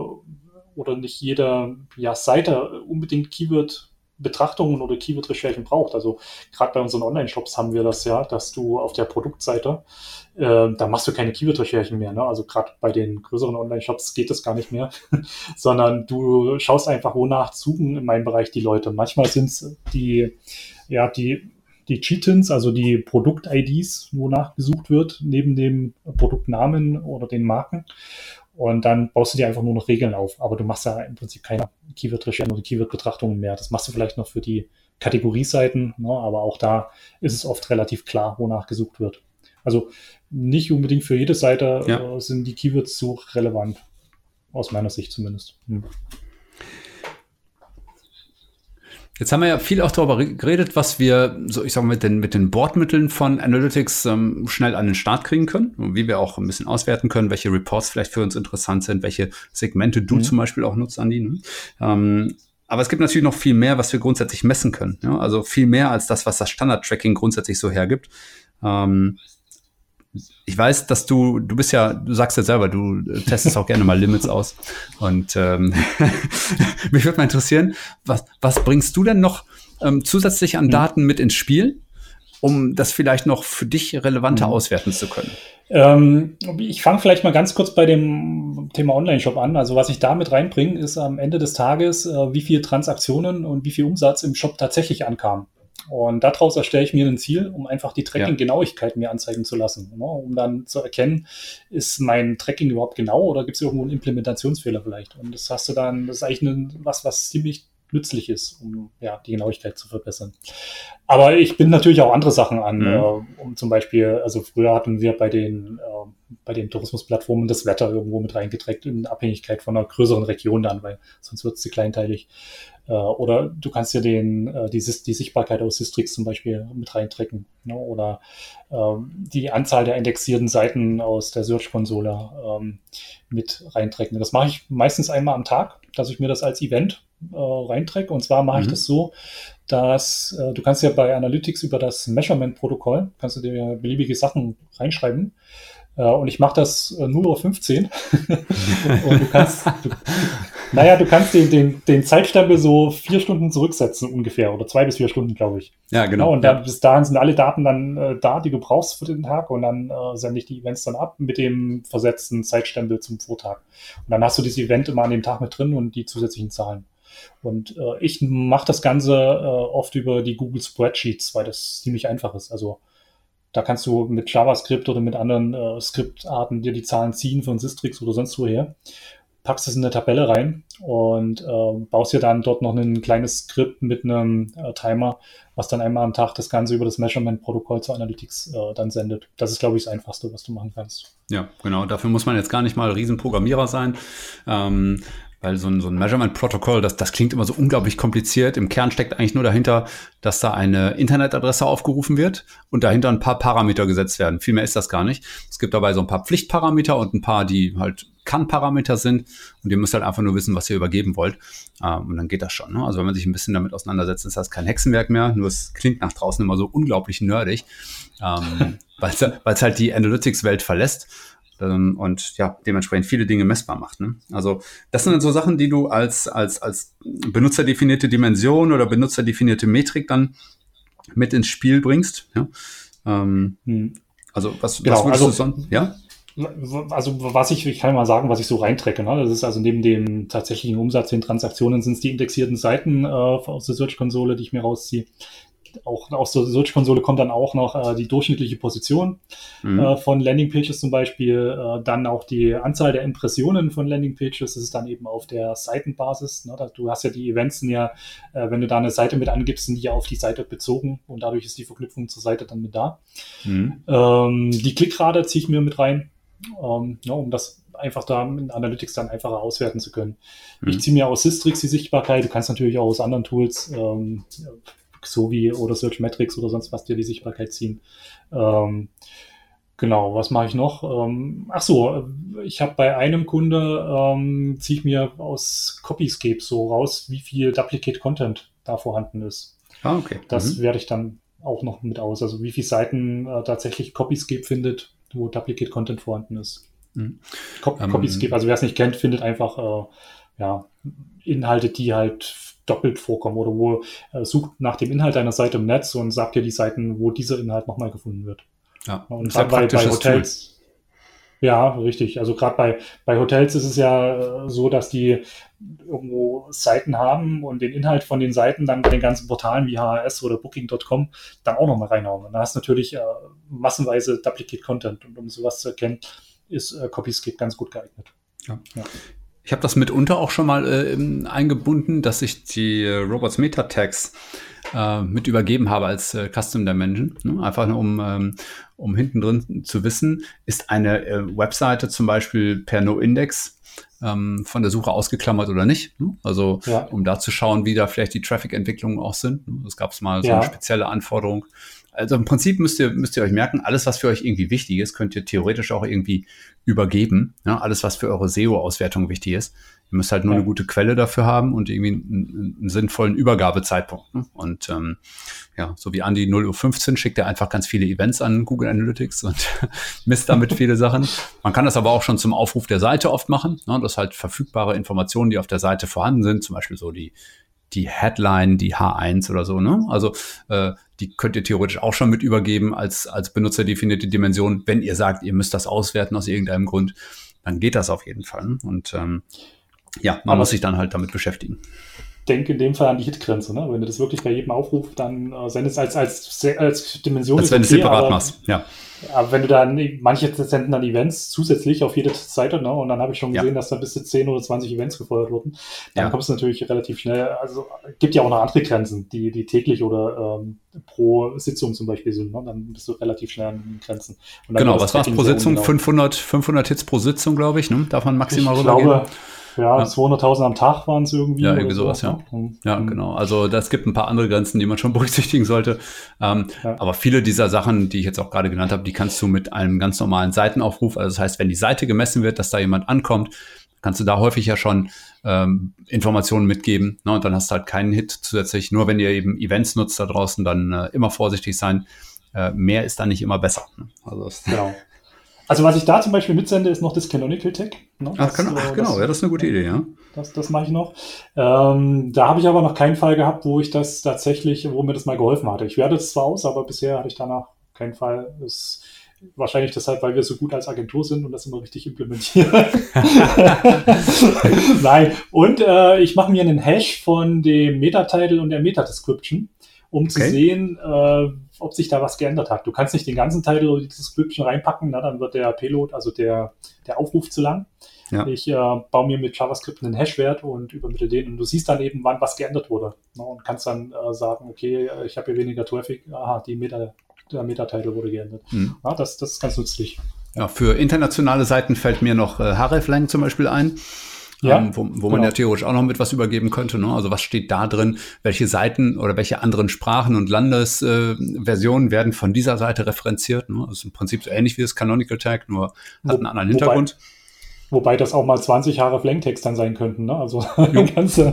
oder nicht jede ja, Seite unbedingt Keyword-Betrachtungen oder Keyword-Recherchen braucht. Also gerade bei unseren Online-Shops haben wir das ja, dass du auf der Produktseite, äh, da machst du keine Keyword-Recherchen mehr. Ne? Also gerade bei den größeren Online-Shops geht das gar nicht mehr, sondern du schaust einfach, wonach suchen in meinem Bereich die Leute. Manchmal sind es die, ja, die die Cheat-Ins, also die Produkt-I Ds, wonach gesucht wird, neben dem Produktnamen oder den Marken. Und dann baust du dir einfach nur noch Regeln auf. Aber du machst ja im Prinzip keine Keyword-Recherchen oder Keyword-Betrachtungen mehr. Das machst du vielleicht noch für die Kategorieseiten, ne? Aber auch da ist es oft relativ klar, wonach gesucht wird. Also nicht unbedingt für jede Seite ja. äh, sind die Keywords so relevant. Aus meiner Sicht zumindest. Hm. Jetzt haben wir ja viel auch darüber geredet, was wir, so ich sag mal, mit den, mit den Bordmitteln von Analytics ähm, schnell an den Start kriegen können und wie wir auch ein bisschen auswerten können, welche Reports vielleicht für uns interessant sind, welche Segmente du mhm. zum Beispiel auch nutzt, Andi. Ne? Ähm, aber es gibt natürlich noch viel mehr, was wir grundsätzlich messen können. Ja? Also viel mehr als das, was das Standard-Tracking grundsätzlich so hergibt. Ähm, Ich weiß, dass du, du bist ja, du sagst ja selber, du testest auch gerne mal Limits aus. Und ähm, mich würde mal interessieren, was, was bringst du denn noch ähm, zusätzlich an Daten mit ins Spiel, um das vielleicht noch für dich relevanter mhm. auswerten zu können? Ähm, ich fange vielleicht mal ganz kurz bei dem Thema Online-Shop an. Also was ich da mit reinbringe, ist am Ende des Tages, äh, wie viele Transaktionen und wie viel Umsatz im Shop tatsächlich ankamen. Und daraus erstelle ich mir ein Ziel, um einfach die Tracking-Genauigkeit mir anzeigen zu lassen, ne? Um dann zu erkennen, ist mein Tracking überhaupt genau oder gibt es irgendwo einen Implementationsfehler vielleicht? Und das hast du dann, das ist eigentlich ein, was, was ziemlich nützlich ist, um ja, die Genauigkeit zu verbessern. Aber ich binde natürlich auch andere Sachen an, mhm. äh, um zum Beispiel, also früher hatten wir bei den, äh, bei den Tourismusplattformen das Wetter irgendwo mit reingetrackt in Abhängigkeit von einer größeren Region dann, weil sonst wird es zu kleinteilig. Äh, oder du kannst ja den, äh, die, die Sichtbarkeit aus Sistrix zum Beispiel mit reintracken, ne? Oder äh, die Anzahl der indexierten Seiten aus der Search-Konsole ähm, mit reintracken. Das mache ich meistens einmal am Tag, dass ich mir das als Event äh, reintracke. Und zwar mache mhm. ich das so, dass äh, du kannst ja bei Analytics über das Measurement-Protokoll, kannst du dir beliebige Sachen reinschreiben. Äh, und ich mache das äh, null Uhr fünfzehn. Und du kannst, du, naja, du kannst den, den, den Zeitstempel so vier Stunden zurücksetzen ungefähr. Oder zwei bis vier Stunden, glaube ich. Ja, genau. Ja, und dann, ja. bis dahin sind alle Daten dann äh, da, die du brauchst für den Tag. Und dann äh, sende ich die Events dann ab mit dem versetzten Zeitstempel zum Vortag. Und dann hast du dieses Event immer an dem Tag mit drin und die zusätzlichen Zahlen. Und äh, ich mache das Ganze äh, oft über die Google Spreadsheets, weil das ziemlich einfach ist. Also da kannst du mit JavaScript oder mit anderen äh, Skriptarten dir die Zahlen ziehen von Sistrix oder sonst woher, packst es in eine Tabelle rein und äh, baust dir dann dort noch ein kleines Skript mit einem äh, Timer, was dann einmal am Tag das Ganze über das Measurement-Protokoll zu Analytics äh, dann sendet. Das ist, glaube ich, das Einfachste, was du machen kannst. Ja, genau. Dafür muss man jetzt gar nicht mal Riesenprogrammierer sein. Ähm Weil so ein, so ein Measurement-Protokoll, das, das klingt immer so unglaublich kompliziert. Im Kern steckt eigentlich nur dahinter, dass da eine Internetadresse aufgerufen wird und dahinter ein paar Parameter gesetzt werden. Viel mehr ist das gar nicht. Es gibt dabei so ein paar Pflichtparameter und ein paar, die halt Kann-Parameter sind. Und ihr müsst halt einfach nur wissen, was ihr übergeben wollt. Ähm, und dann geht das schon. Ne? Also wenn man sich ein bisschen damit auseinandersetzt, ist das kein Hexenwerk mehr. Nur es klingt nach draußen immer so unglaublich nerdig, ähm, weil es halt die Analytics-Welt verlässt. Und ja, dementsprechend viele Dinge messbar macht. Ne? Also das sind dann so Sachen, die du als, als, als benutzerdefinierte Dimension oder benutzerdefinierte Metrik dann mit ins Spiel bringst. Ja? Ähm, hm. Also was, genau, was würdest also, du sonst? Ja? Also was ich, ich kann mal sagen, was ich so reintrecke. Ne? Das ist also neben dem tatsächlichen Umsatz, den Transaktionen, sind es die indexierten Seiten äh, aus der Search-Konsole, die ich mir rausziehe. Auch aus der Search-Konsole kommt dann auch noch äh, die durchschnittliche Position mhm. äh, von Landingpages zum Beispiel, äh, dann auch die Anzahl der Impressionen von Landingpages, das ist dann eben auf der Seitenbasis. Ne? Du hast ja die Events, ja, äh, wenn du da eine Seite mit angibst, sind die ja auf die Seite bezogen und dadurch ist die Verknüpfung zur Seite dann mit da. Mhm. Ähm, die Klickrate ziehe ich mir mit rein, ähm, ja, um das einfach da in Analytics dann einfacher auswerten zu können. Mhm. Ich ziehe mir aus Sistrix die Sichtbarkeit, du kannst natürlich auch aus anderen Tools ähm, so wie oder Searchmetrics oder sonst was dir die Sichtbarkeit ziehen. Ähm, genau, was mache ich noch? Ähm, ach so, ich habe bei einem Kunde, ähm, ziehe ich mir aus Copyscape so raus, wie viel Duplicate Content da vorhanden ist. Ah, okay. Das mhm. werte ich dann auch noch mit aus. Also wie viele Seiten äh, tatsächlich Copyscape findet, wo Duplicate Content vorhanden ist. Mhm. Cop- ähm, Copyscape, also wer es nicht kennt, findet einfach äh, ja, Inhalte, die halt doppelt vorkommen oder wo äh, sucht nach dem Inhalt einer Seite im Netz und sagt dir die Seiten, wo dieser Inhalt nochmal gefunden wird. Ja, und gerade bei, bei Hotels. Tool. Ja, richtig. Also gerade bei, bei Hotels ist es ja äh, so, dass die irgendwo Seiten haben und den Inhalt von den Seiten dann bei den ganzen Portalen wie H R S oder Booking Punkt com dann auch nochmal reinhauen. Und da hast du natürlich äh, massenweise Duplicate Content. Und um sowas zu erkennen, ist äh, Copyscape ganz gut geeignet. Ja. Ja. Ich habe das mitunter auch schon mal äh, eingebunden, dass ich die äh, Robots Meta-Tags äh, mit übergeben habe als äh, Custom Dimension. Ne? Einfach nur, um, ähm, um hinten drin zu wissen, ist eine äh, Webseite zum Beispiel per No-Index ähm, von der Suche ausgeklammert oder nicht. Ne? Also ja. um da zu schauen, wie da vielleicht die Traffic-Entwicklungen auch sind. Ne? Das gab es mal so ja. eine spezielle Anforderung. Also im Prinzip müsst ihr, müsst ihr euch merken, alles, was für euch irgendwie wichtig ist, könnt ihr theoretisch auch irgendwie übergeben. Ja, alles, was für eure S E O-Auswertung wichtig ist. Ihr müsst halt nur ja. eine gute Quelle dafür haben und irgendwie einen, einen sinnvollen Übergabezeitpunkt. Ne? Und ähm, ja, so wie Andi null Uhr fünfzehn schickt er einfach ganz viele Events an Google Analytics und misst damit viele Sachen. Man kann das aber auch schon zum Aufruf der Seite oft machen. Ne? Das halt verfügbare Informationen, die auf der Seite vorhanden sind, zum Beispiel so die die Headline, die H eins oder so, ne? Also äh, die könnt ihr theoretisch auch schon mit übergeben als als benutzerdefinierte Dimension. Wenn ihr sagt, ihr müsst das auswerten aus irgendeinem Grund, dann geht das auf jeden Fall. Und ähm, ja, man Aber muss sich dann halt damit beschäftigen. Denke in dem Fall an die Hitgrenze, ne? Wenn du das wirklich bei jedem Aufruf dann äh, sendest als als als Dimension, als wenn du es separat machst, ja. Aber wenn du dann, manche senden dann Events zusätzlich auf jede Seite, ne? Und dann habe ich schon gesehen, ja. dass da bis zu zehn oder zwanzig Events gefeuert wurden. Dann ja. kommst du natürlich relativ schnell, also gibt ja auch noch andere Grenzen, die, die täglich oder ähm, pro Sitzung zum Beispiel sind, ne? Dann bist du relativ schnell an den Grenzen. Und dann genau, was war es pro Sitzung? Genau. fünfhundert, fünfhundert Hits pro Sitzung, glaube ich, ne? Darf man maximal ich rübergehen? Glaube, Ja, ja. zweihunderttausend am Tag waren es irgendwie. Ja, irgendwie sowas, so. ja. Mhm. Ja, genau. Also das gibt ein paar andere Grenzen, die man schon berücksichtigen sollte. Ähm, ja. Aber viele dieser Sachen, die ich jetzt auch gerade genannt habe, die kannst du mit einem ganz normalen Seitenaufruf, also das heißt, wenn die Seite gemessen wird, dass da jemand ankommt, kannst du da häufig ja schon ähm, Informationen mitgeben. Ne? Und dann hast du halt keinen Hit zusätzlich. Nur wenn ihr eben Events nutzt da draußen, dann äh, immer vorsichtig sein. Äh, mehr ist dann nicht immer besser. Ne? Also das genau. Also was ich da zum Beispiel mitsende, ist noch das Canonical Tag. Ne? Ach, kann, ach genau, das, ja, das ist eine gute Idee, ja. Das, das mache ich noch. Ähm, da habe ich aber noch keinen Fall gehabt, wo ich das tatsächlich, wo mir das mal geholfen hatte. Ich werte es zwar aus, aber bisher hatte ich danach keinen Fall. Das ist wahrscheinlich deshalb, weil wir so gut als Agentur sind und das immer richtig implementieren. Nein, und äh, ich mache mir einen Hash von dem Meta-Title und der Meta-Description, um zu okay. sehen, äh, ob sich da was geändert hat. Du kannst nicht den ganzen Title oder die Description reinpacken, na, dann wird der Payload, also der, der Aufruf zu lang. Ja. Ich äh, baue mir mit JavaScript einen Hash-Wert und übermittle den und du siehst dann eben, wann was geändert wurde. Na, und kannst dann äh, sagen, okay, ich habe hier weniger Traffic, aha, die Meta, der Meta-Title wurde geändert. Mhm. Ja, das, das ist ganz nützlich. Ja, für internationale Seiten fällt mir noch äh, hreflang zum Beispiel ein. Ja, ähm, wo, wo genau. man ja theoretisch auch noch mit was übergeben könnte. Ne? Also was steht da drin? Welche Seiten oder welche anderen Sprachen und Landesversionen äh, werden von dieser Seite referenziert? Ne? Das ist im Prinzip so ähnlich wie das Canonical Tag, nur wo, hat einen anderen Hintergrund. Wobei, wobei das auch mal zwanzig hreflang-Tags dann sein könnten. Ne? Also ganze.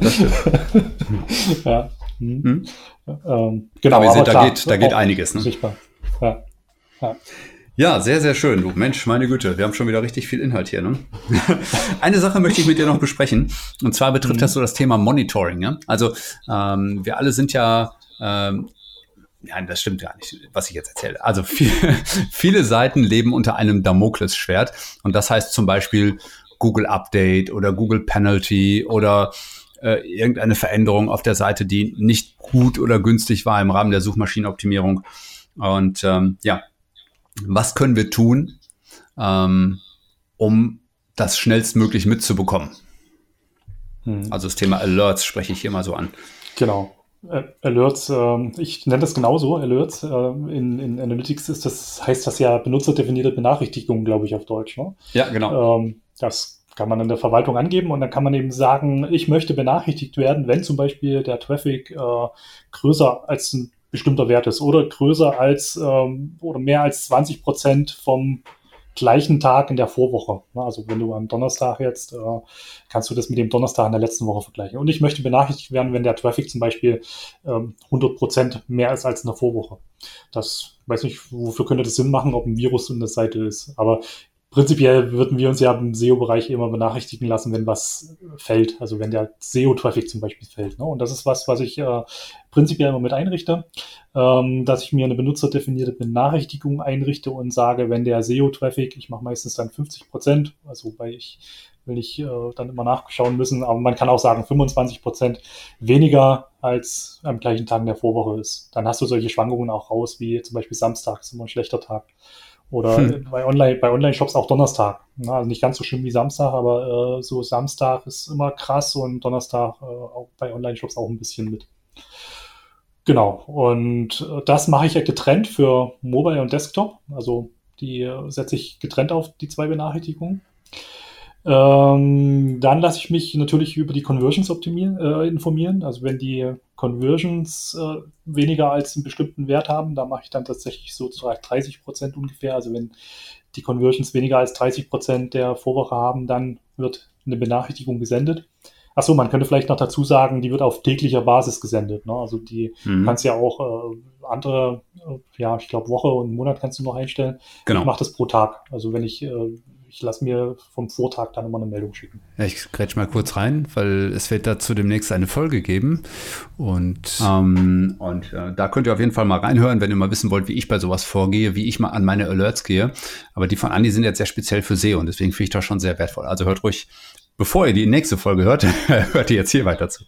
ja. Hm. Hm. Ähm, genau. Aber ihr seht, da geht, da geht einiges. Ne? Sichtbar. Ja. Ja. Ja, sehr, sehr schön. Du Mensch, meine Güte, wir haben schon wieder richtig viel Inhalt hier. Ne? Eine Sache möchte ich mit dir noch besprechen. Und zwar betrifft mhm. das so das Thema Monitoring. Ja? Also ähm, wir alle sind ja, ähm, ja, das stimmt gar nicht, was ich jetzt erzähle. Also viel, viele Seiten leben unter einem Damoklesschwert. Und das heißt zum Beispiel Google Update oder Google Penalty oder äh, irgendeine Veränderung auf der Seite, die nicht gut oder günstig war im Rahmen der Suchmaschinenoptimierung. Und ähm, ja, was können wir tun, ähm, um das schnellstmöglich mitzubekommen? Hm. Also das Thema Alerts spreche ich hier mal so an. Genau. Alerts, äh, ich nenne das genauso, Alerts. Äh, in, in Analytics ist das, heißt das ja benutzerdefinierte Benachrichtigungen, glaube ich, auf Deutsch. Ne? Ja, genau. Ähm, das kann man in der Verwaltung angeben und dann kann man eben sagen, ich möchte benachrichtigt werden, wenn zum Beispiel der Traffic äh, größer als ein bestimmter Wert ist oder größer als ähm, oder mehr als zwanzig Prozent vom gleichen Tag in der Vorwoche. Also wenn du am Donnerstag jetzt, äh, kannst du das mit dem Donnerstag in der letzten Woche vergleichen. Und ich möchte benachrichtigt werden, wenn der Traffic zum Beispiel ähm, hundert Prozent mehr ist als in der Vorwoche. Das, weiß nicht, wofür könnte das Sinn machen, ob ein Virus in der Seite ist. Aber prinzipiell würden wir uns ja im S E O-Bereich immer benachrichtigen lassen, wenn was fällt, also wenn der S E O-Traffic zum Beispiel fällt. Ne? Und das ist was, was ich äh, prinzipiell immer mit einrichte, ähm, dass ich mir eine benutzerdefinierte Benachrichtigung einrichte und sage, wenn der S E O-Traffic, ich mache meistens dann fünfzig Prozent, also weil ich will nicht äh, dann immer nachschauen müssen, aber man kann auch sagen fünfundzwanzig Prozent weniger als am gleichen Tag in der Vorwoche ist. Dann hast du solche Schwankungen auch raus, wie zum Beispiel Samstag ist immer ein schlechter Tag. Oder Hm. bei Online, bei Online-Shops auch Donnerstag. Na, also nicht ganz so schlimm wie Samstag, aber äh, so Samstag ist immer krass und Donnerstag äh, auch bei Online-Shops auch ein bisschen mit. Genau. Und äh, das mache ich ja getrennt für Mobile und Desktop. Also die äh, setze ich getrennt auf die zwei Benachrichtigungen. Ähm, dann lasse ich mich natürlich über die Conversions optimieren, äh, informieren. Also wenn die Conversions äh, weniger als einen bestimmten Wert haben, da mache ich dann tatsächlich so dreißig Prozent ungefähr. Also wenn die Conversions weniger als dreißig Prozent der Vorwoche haben, dann wird eine Benachrichtigung gesendet. Achso, man könnte vielleicht noch dazu sagen, die wird auf täglicher Basis gesendet. Ne? Also die Mhm. kannst ja auch äh, andere, äh, ja, ich glaube Woche und Monat kannst du noch einstellen. Genau. Ich mache das pro Tag. Also wenn ich, äh, ich lasse mir vom Vortag dann immer eine Meldung schicken. Ja, ich grätsch mal kurz rein, weil es wird dazu demnächst eine Folge geben. Und, ähm, und äh, da könnt ihr auf jeden Fall mal reinhören, wenn ihr mal wissen wollt, wie ich bei sowas vorgehe, wie ich mal an meine Alerts gehe. Aber die von Andi sind jetzt sehr speziell für S E O und deswegen finde ich das schon sehr wertvoll. Also hört ruhig, bevor ihr die nächste Folge hört, hört ihr jetzt hier weiter zu.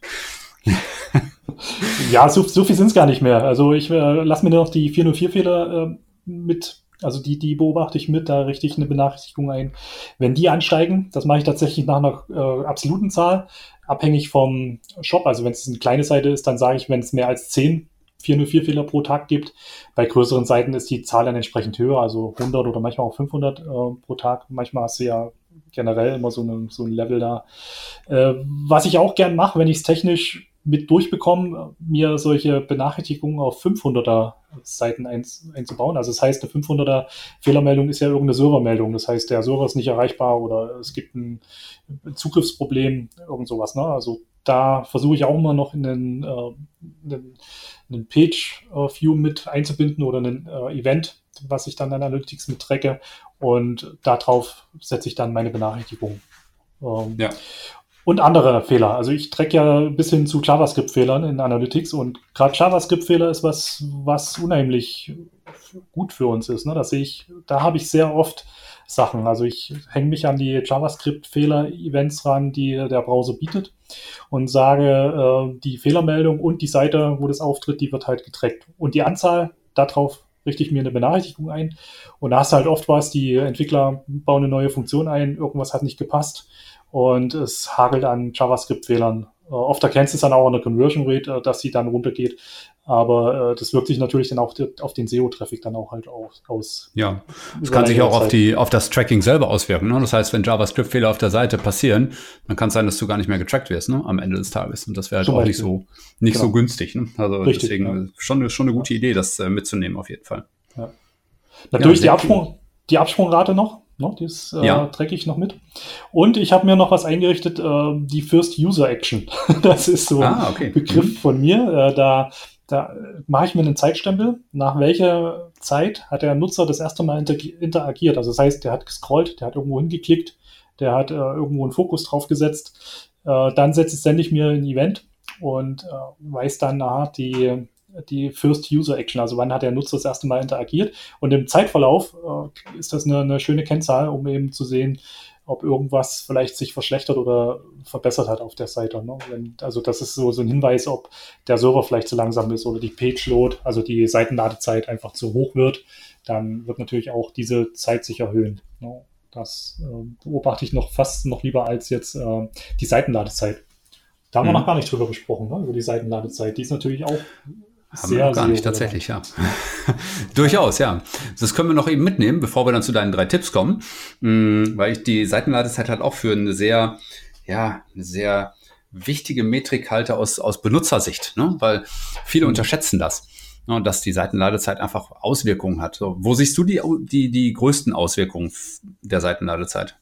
Ja, so, so viel sind es gar nicht mehr. Also ich äh, lasse mir noch die vier null vier-Fehler äh, mit, also die, die beobachte ich mit, da richte ich eine Benachrichtigung ein. Wenn die ansteigen, das mache ich tatsächlich nach einer äh, absoluten Zahl, abhängig vom Shop. Also wenn es eine kleine Seite ist, dann sage ich, wenn es mehr als zehn vier null vier-Fehler pro Tag gibt. Bei größeren Seiten ist die Zahl dann entsprechend höher, also hundert oder manchmal auch fünfhundert äh, pro Tag. Manchmal hast du ja generell immer so, eine, so ein Level da. Äh, was ich auch gern mache, wenn ich es technisch mit durchbekomme, mir solche Benachrichtigungen auf fünfhunderter Seiten ein, einzubauen. Also das heißt, eine fünfhunderter Fehlermeldung ist ja irgendeine Servermeldung. Das heißt, der Server ist nicht erreichbar oder es gibt ein Zugriffsproblem, irgend sowas. Ne? Also da versuche ich auch immer noch in einen, äh, einen, einen Page-View mit einzubinden oder ein äh, Event, was ich dann in Analytics mit tracke. Und darauf setze ich dann meine Benachrichtigung. Ähm, Ja. Und andere Fehler. Also ich track ja bis hin zu JavaScript-Fehlern in Analytics und gerade JavaScript-Fehler ist was, was unheimlich gut für uns ist. Ne? Das sehe ich, da habe ich sehr oft Sachen. Also ich hänge mich an die JavaScript-Fehler-Events ran, die der Browser bietet und sage, äh, die Fehlermeldung und die Seite, wo das auftritt, die wird halt getrackt. Und die Anzahl, darauf richte ich mir eine Benachrichtigung ein. Und da hast du halt oft was, die Entwickler bauen eine neue Funktion ein, irgendwas hat nicht gepasst. Und es hagelt an JavaScript-Fehlern. Äh, oft erkennst du es dann auch an der Conversion Rate, äh, dass sie dann runtergeht. Aber äh, das wirkt sich natürlich dann auch die, auf den S E O-Traffic dann auch halt auch aus. Ja, das kann sich auch auf, die, auf das Tracking selber auswirken. Ne? Das heißt, wenn JavaScript-Fehler auf der Seite passieren, dann kann es sein, dass du gar nicht mehr getrackt wirst, ne? Am Ende des Tages. Und das wäre halt auch nicht so, nicht genau. so günstig. Ne? Also Richtig, deswegen ja. schon, schon eine gute Idee, das äh, mitzunehmen auf jeden Fall. Ja. Natürlich ja, die, Absprung, die Absprungrate noch. Ne, das äh, ja. tracke ich noch mit. Und ich habe mir noch was eingerichtet, äh, die First User Action. Das ist so ah, okay. ein Begriff mhm. von mir. Äh, da da mache ich mir einen Zeitstempel, nach welcher Zeit hat der Nutzer das erste Mal inter- interagiert. Also das heißt, der hat gescrollt, der hat irgendwo hingeklickt, der hat äh, irgendwo einen Fokus drauf gesetzt. Äh, dann setze sende ich mir ein Event und äh, weiß dann, aha, die die First User Action, also wann hat der Nutzer das erste Mal interagiert. Und im Zeitverlauf äh, ist das eine, eine schöne Kennzahl, um eben zu sehen, ob irgendwas vielleicht sich verschlechtert oder verbessert hat auf der Seite. Ne? Wenn, also das ist so, so ein Hinweis, ob der Server vielleicht zu langsam ist oder die Page Load, also die Seitenladezeit einfach zu hoch wird, dann wird natürlich auch diese Zeit sich erhöhen. Ne? Das äh, beobachte ich noch fast noch lieber als jetzt äh, die Seitenladezeit. Da haben mhm. wir noch gar nicht drüber gesprochen, ne? Über die Seitenladezeit. Die ist natürlich auch Haben wir noch gar nicht, tatsächlich, ja. Durchaus, ja. Das können wir noch eben mitnehmen, bevor wir dann zu deinen drei Tipps kommen, weil ich die Seitenladezeit halt auch für eine sehr, ja, eine sehr wichtige Metrik halte aus, aus Benutzersicht, ne? Weil viele unterschätzen das, ne? Dass die Seitenladezeit einfach Auswirkungen hat. So, wo siehst du die, die, die größten Auswirkungen der Seitenladezeit?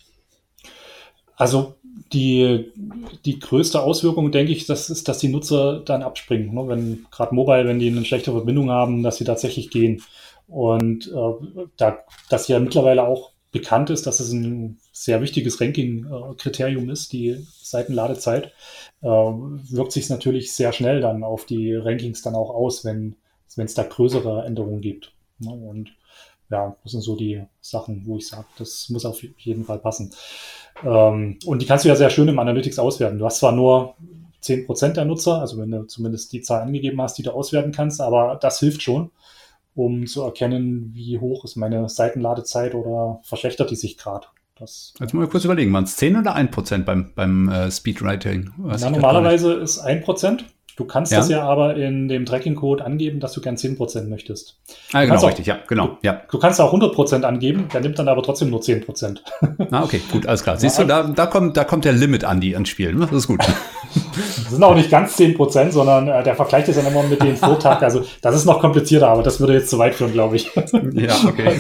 Also Die, die größte Auswirkung, denke ich, das ist, dass die Nutzer dann abspringen. Ne? Wenn gerade Mobile, wenn die eine schlechte Verbindung haben, dass sie tatsächlich gehen. Und äh, da, dass ja mittlerweile auch bekannt ist, dass es ein sehr wichtiges Ranking-Kriterium ist, die Seitenladezeit, äh, wirkt sich natürlich sehr schnell dann auf die Rankings dann auch aus, wenn es da größere Änderungen gibt. Ne? Und ja, das sind so die Sachen, wo ich sage, das muss auf jeden Fall passen. Ähm, und die kannst du ja sehr schön im Analytics auswerten. Du hast zwar nur zehn Prozent der Nutzer, also wenn du zumindest die Zahl angegeben hast, die du auswerten kannst, aber das hilft schon, um zu erkennen, wie hoch ist meine Seitenladezeit oder verschlechtert die sich gerade. Das, Jetzt mal kurz überlegen, waren es zehn oder ein Prozent beim, beim äh, Speedwriting? Na, normalerweise ist ein Prozent. Du kannst ja? das ja aber in dem Tracking-Code angeben, dass du gern zehn Prozent möchtest. Ah, genau, auch, richtig, ja, genau. Du, ja. du kannst auch hundert Prozent angeben, der nimmt dann aber trotzdem nur zehn Prozent. Ah, okay, gut, alles klar. Siehst du, da, da, kommt, da kommt der Limit an die ans Spiel. Ne? Das ist gut. Das sind auch nicht ganz zehn Prozent, sondern äh, der vergleicht es dann immer mit dem Vortag. Also das ist noch komplizierter, aber das würde jetzt zu weit führen, glaube ich. Ja, okay.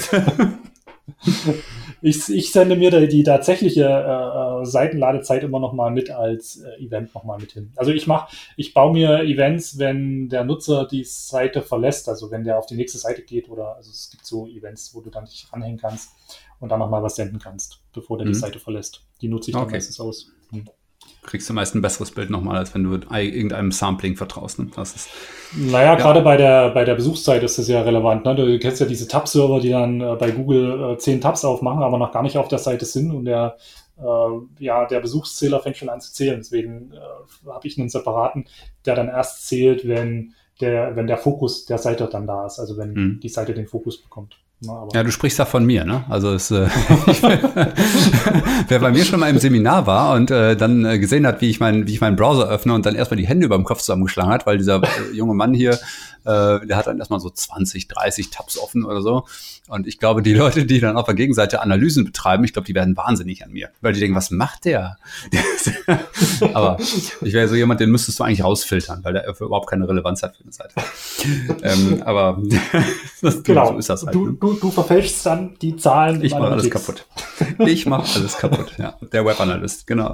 Ich, ich sende mir die, die tatsächliche äh, Seitenladezeit immer noch mal mit als äh, Event noch mal mit hin. Also ich mache, ich baue mir Events, wenn der Nutzer die Seite verlässt, also wenn der auf die nächste Seite geht oder also es gibt so Events, wo du dann dich ranhängen kannst und dann noch mal was senden kannst, bevor der mhm. die Seite verlässt. Die nutze ich dann okay. meistens aus. Hm. Kriegst du meist ein besseres Bild nochmal, als wenn du irgendeinem Sampling vertraust. Ne? Das ist, naja, ja. gerade bei der, bei der Besuchszeit ist das ja relevant. Ne? Du kennst ja diese Tab-Server, die dann äh, bei Google äh, zehn Tabs aufmachen, aber noch gar nicht auf der Seite sind und der, äh, ja, der Besuchszähler fängt schon an zu zählen. Deswegen äh, habe ich einen separaten, der dann erst zählt, wenn der, wenn der Fokus der Seite dann da ist, also wenn hm. die Seite den Fokus bekommt. Na, ja, du sprichst da von mir, ne? Also es, äh, wer bei mir schon mal im Seminar war und äh, dann äh, gesehen hat, wie ich meinen, wie ich meinen Browser öffne und dann erstmal die Hände über dem Kopf zusammengeschlagen hat, weil dieser äh, junge Mann hier, äh, der hat dann erstmal so zwanzig, dreißig Tabs offen oder so. Und ich glaube, die Leute, die dann auf der Gegenseite Analysen betreiben, ich glaube, die werden wahnsinnig an mir, weil die denken, was macht der? Aber ich wäre so jemand, den müsstest du eigentlich rausfiltern, weil der überhaupt keine Relevanz hat für eine Seite. ähm, aber das, genau. so ist das halt. Du, ne? du, du verfälschst dann die Zahlen. Ich mache alles kaputt. Ich mache alles kaputt, ja. Der Webanalyst, genau.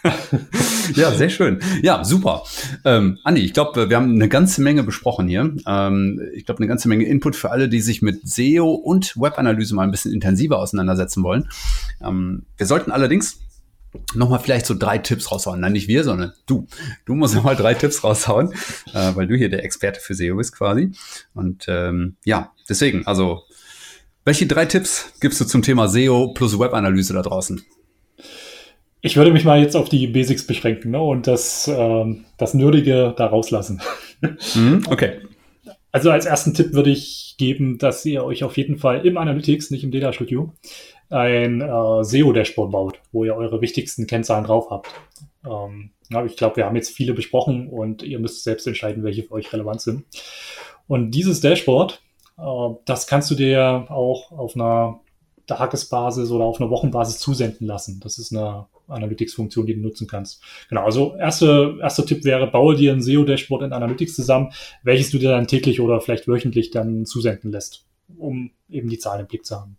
Ja, sehr schön. Ja, super. Ähm, Andi, ich glaube, wir haben eine ganze Menge besprochen hier. Ähm, ich glaube, eine ganze Menge Input für alle, die sich mit S E O und Webanalyse mal ein bisschen intensiver auseinandersetzen wollen. Ähm, wir sollten allerdings nochmal vielleicht so drei Tipps raushauen. Nein, nicht wir, sondern du. Du musst nochmal drei Tipps raushauen, äh, weil du hier der Experte für S E O bist quasi. Und ähm, ja, deswegen, also welche drei Tipps gibst du zum Thema S E O plus Webanalyse da draußen? Ich würde mich mal jetzt auf die Basics beschränken, ne, und das, ähm, das Nerdige da rauslassen. Mhm, okay. Also als ersten Tipp würde ich geben, dass ihr euch auf jeden Fall im Analytics, nicht im Data Studio, ein äh, S E O-Dashboard baut, wo ihr eure wichtigsten Kennzahlen drauf habt. Ähm, ja, ich glaube, wir haben jetzt viele besprochen und ihr müsst selbst entscheiden, welche für euch relevant sind. Und dieses Dashboard, äh, das kannst du dir auch auf einer Tagesbasis oder auf einer Wochenbasis zusenden lassen. Das ist eine Analytics-Funktion, die du nutzen kannst. Genau, also erste, erster Tipp wäre, baue dir ein S E O-Dashboard in Analytics zusammen, welches du dir dann täglich oder vielleicht wöchentlich dann zusenden lässt, um eben die Zahlen im Blick zu haben.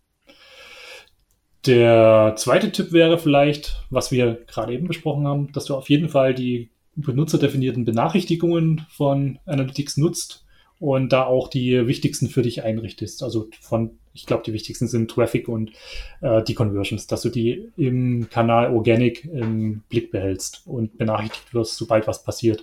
Der zweite Tipp wäre vielleicht, was wir gerade eben besprochen haben, dass du auf jeden Fall die benutzerdefinierten Benachrichtigungen von Analytics nutzt und da auch die wichtigsten für dich einrichtest. Also von, ich glaube, die wichtigsten sind Traffic und äh, die Conversions, dass du die im Kanal Organic im Blick behältst und benachrichtigt wirst, sobald was passiert.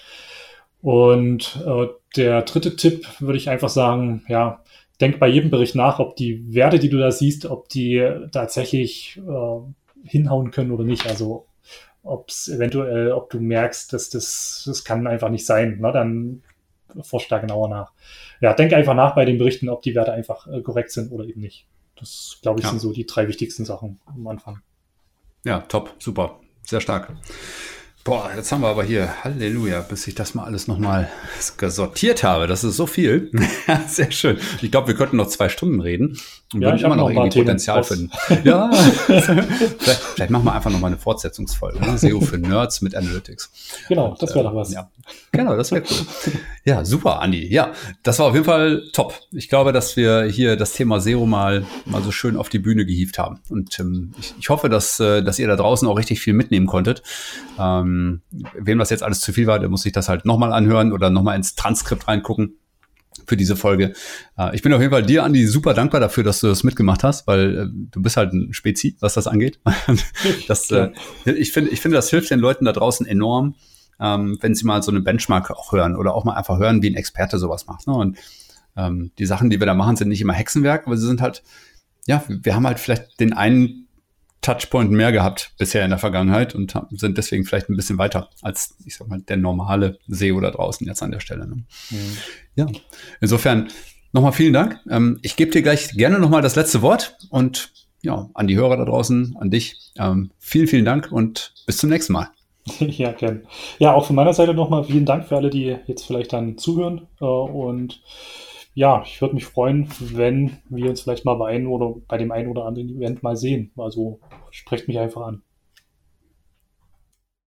Und äh, der dritte Tipp würde ich einfach sagen, ja, denk bei jedem Bericht nach, ob die Werte, die du da siehst, ob die tatsächlich äh, hinhauen können oder nicht. Also ob es eventuell, ob du merkst, dass das, das kann einfach nicht sein, na, dann forsch da genauer nach. Ja, denk einfach nach bei den Berichten, ob die Werte einfach äh, korrekt sind oder eben nicht. Das, glaube ich, ja. sind so die drei wichtigsten Sachen am Anfang. Ja, top, super, sehr stark. Boah, jetzt haben wir aber hier, Halleluja, bis ich das mal alles nochmal gesortiert habe. Das ist so viel. Sehr schön. Ich glaube, wir könnten noch zwei Stunden reden und ja, würden immer noch, noch irgendwie Potenzial aus. finden. Ja, vielleicht, vielleicht machen wir einfach nochmal eine Fortsetzungsfolge. Ne? S E O für Nerds mit Analytics. Genau, und, das wäre doch was. Ja. Genau, das wäre cool. Ja, super, Andi. Ja, das war auf jeden Fall top. Ich glaube, dass wir hier das Thema S E O mal, mal so schön auf die Bühne gehievt haben. Und ähm, ich, ich hoffe, dass, äh, dass ihr da draußen auch richtig viel mitnehmen konntet. Ähm, Wem das jetzt alles zu viel war, der muss sich das halt nochmal anhören oder nochmal ins Transkript reingucken für diese Folge. Äh, ich bin auf jeden Fall dir, Andi, super dankbar dafür, dass du das mitgemacht hast, weil äh, du bist halt ein Spezi, was das angeht. das, äh, ich finde, ich finde, das hilft den Leuten da draußen enorm, ähm, wenn sie mal so eine Benchmark auch hören oder auch mal einfach hören, wie ein Experte sowas macht. Ne? Und ähm, die Sachen, die wir da machen, sind nicht immer Hexenwerk, aber sie sind halt, ja, wir haben halt vielleicht den einen Touchpoint mehr gehabt bisher in der Vergangenheit und sind deswegen vielleicht ein bisschen weiter als, ich sag mal, der normale S E O da draußen jetzt an der Stelle. Ne? Mhm. Ja, insofern nochmal vielen Dank. Ähm, ich gebe dir gleich gerne nochmal das letzte Wort und ja, an die Hörer da draußen, an dich. Ähm, vielen, vielen Dank und bis zum nächsten Mal. Ja, gern. Ja, auch von meiner Seite nochmal vielen Dank für alle, die jetzt vielleicht dann zuhören. Äh, und ja, ich würde mich freuen, wenn wir uns vielleicht mal bei einem oder bei dem einen oder anderen Event mal sehen. Also sprecht mich einfach an.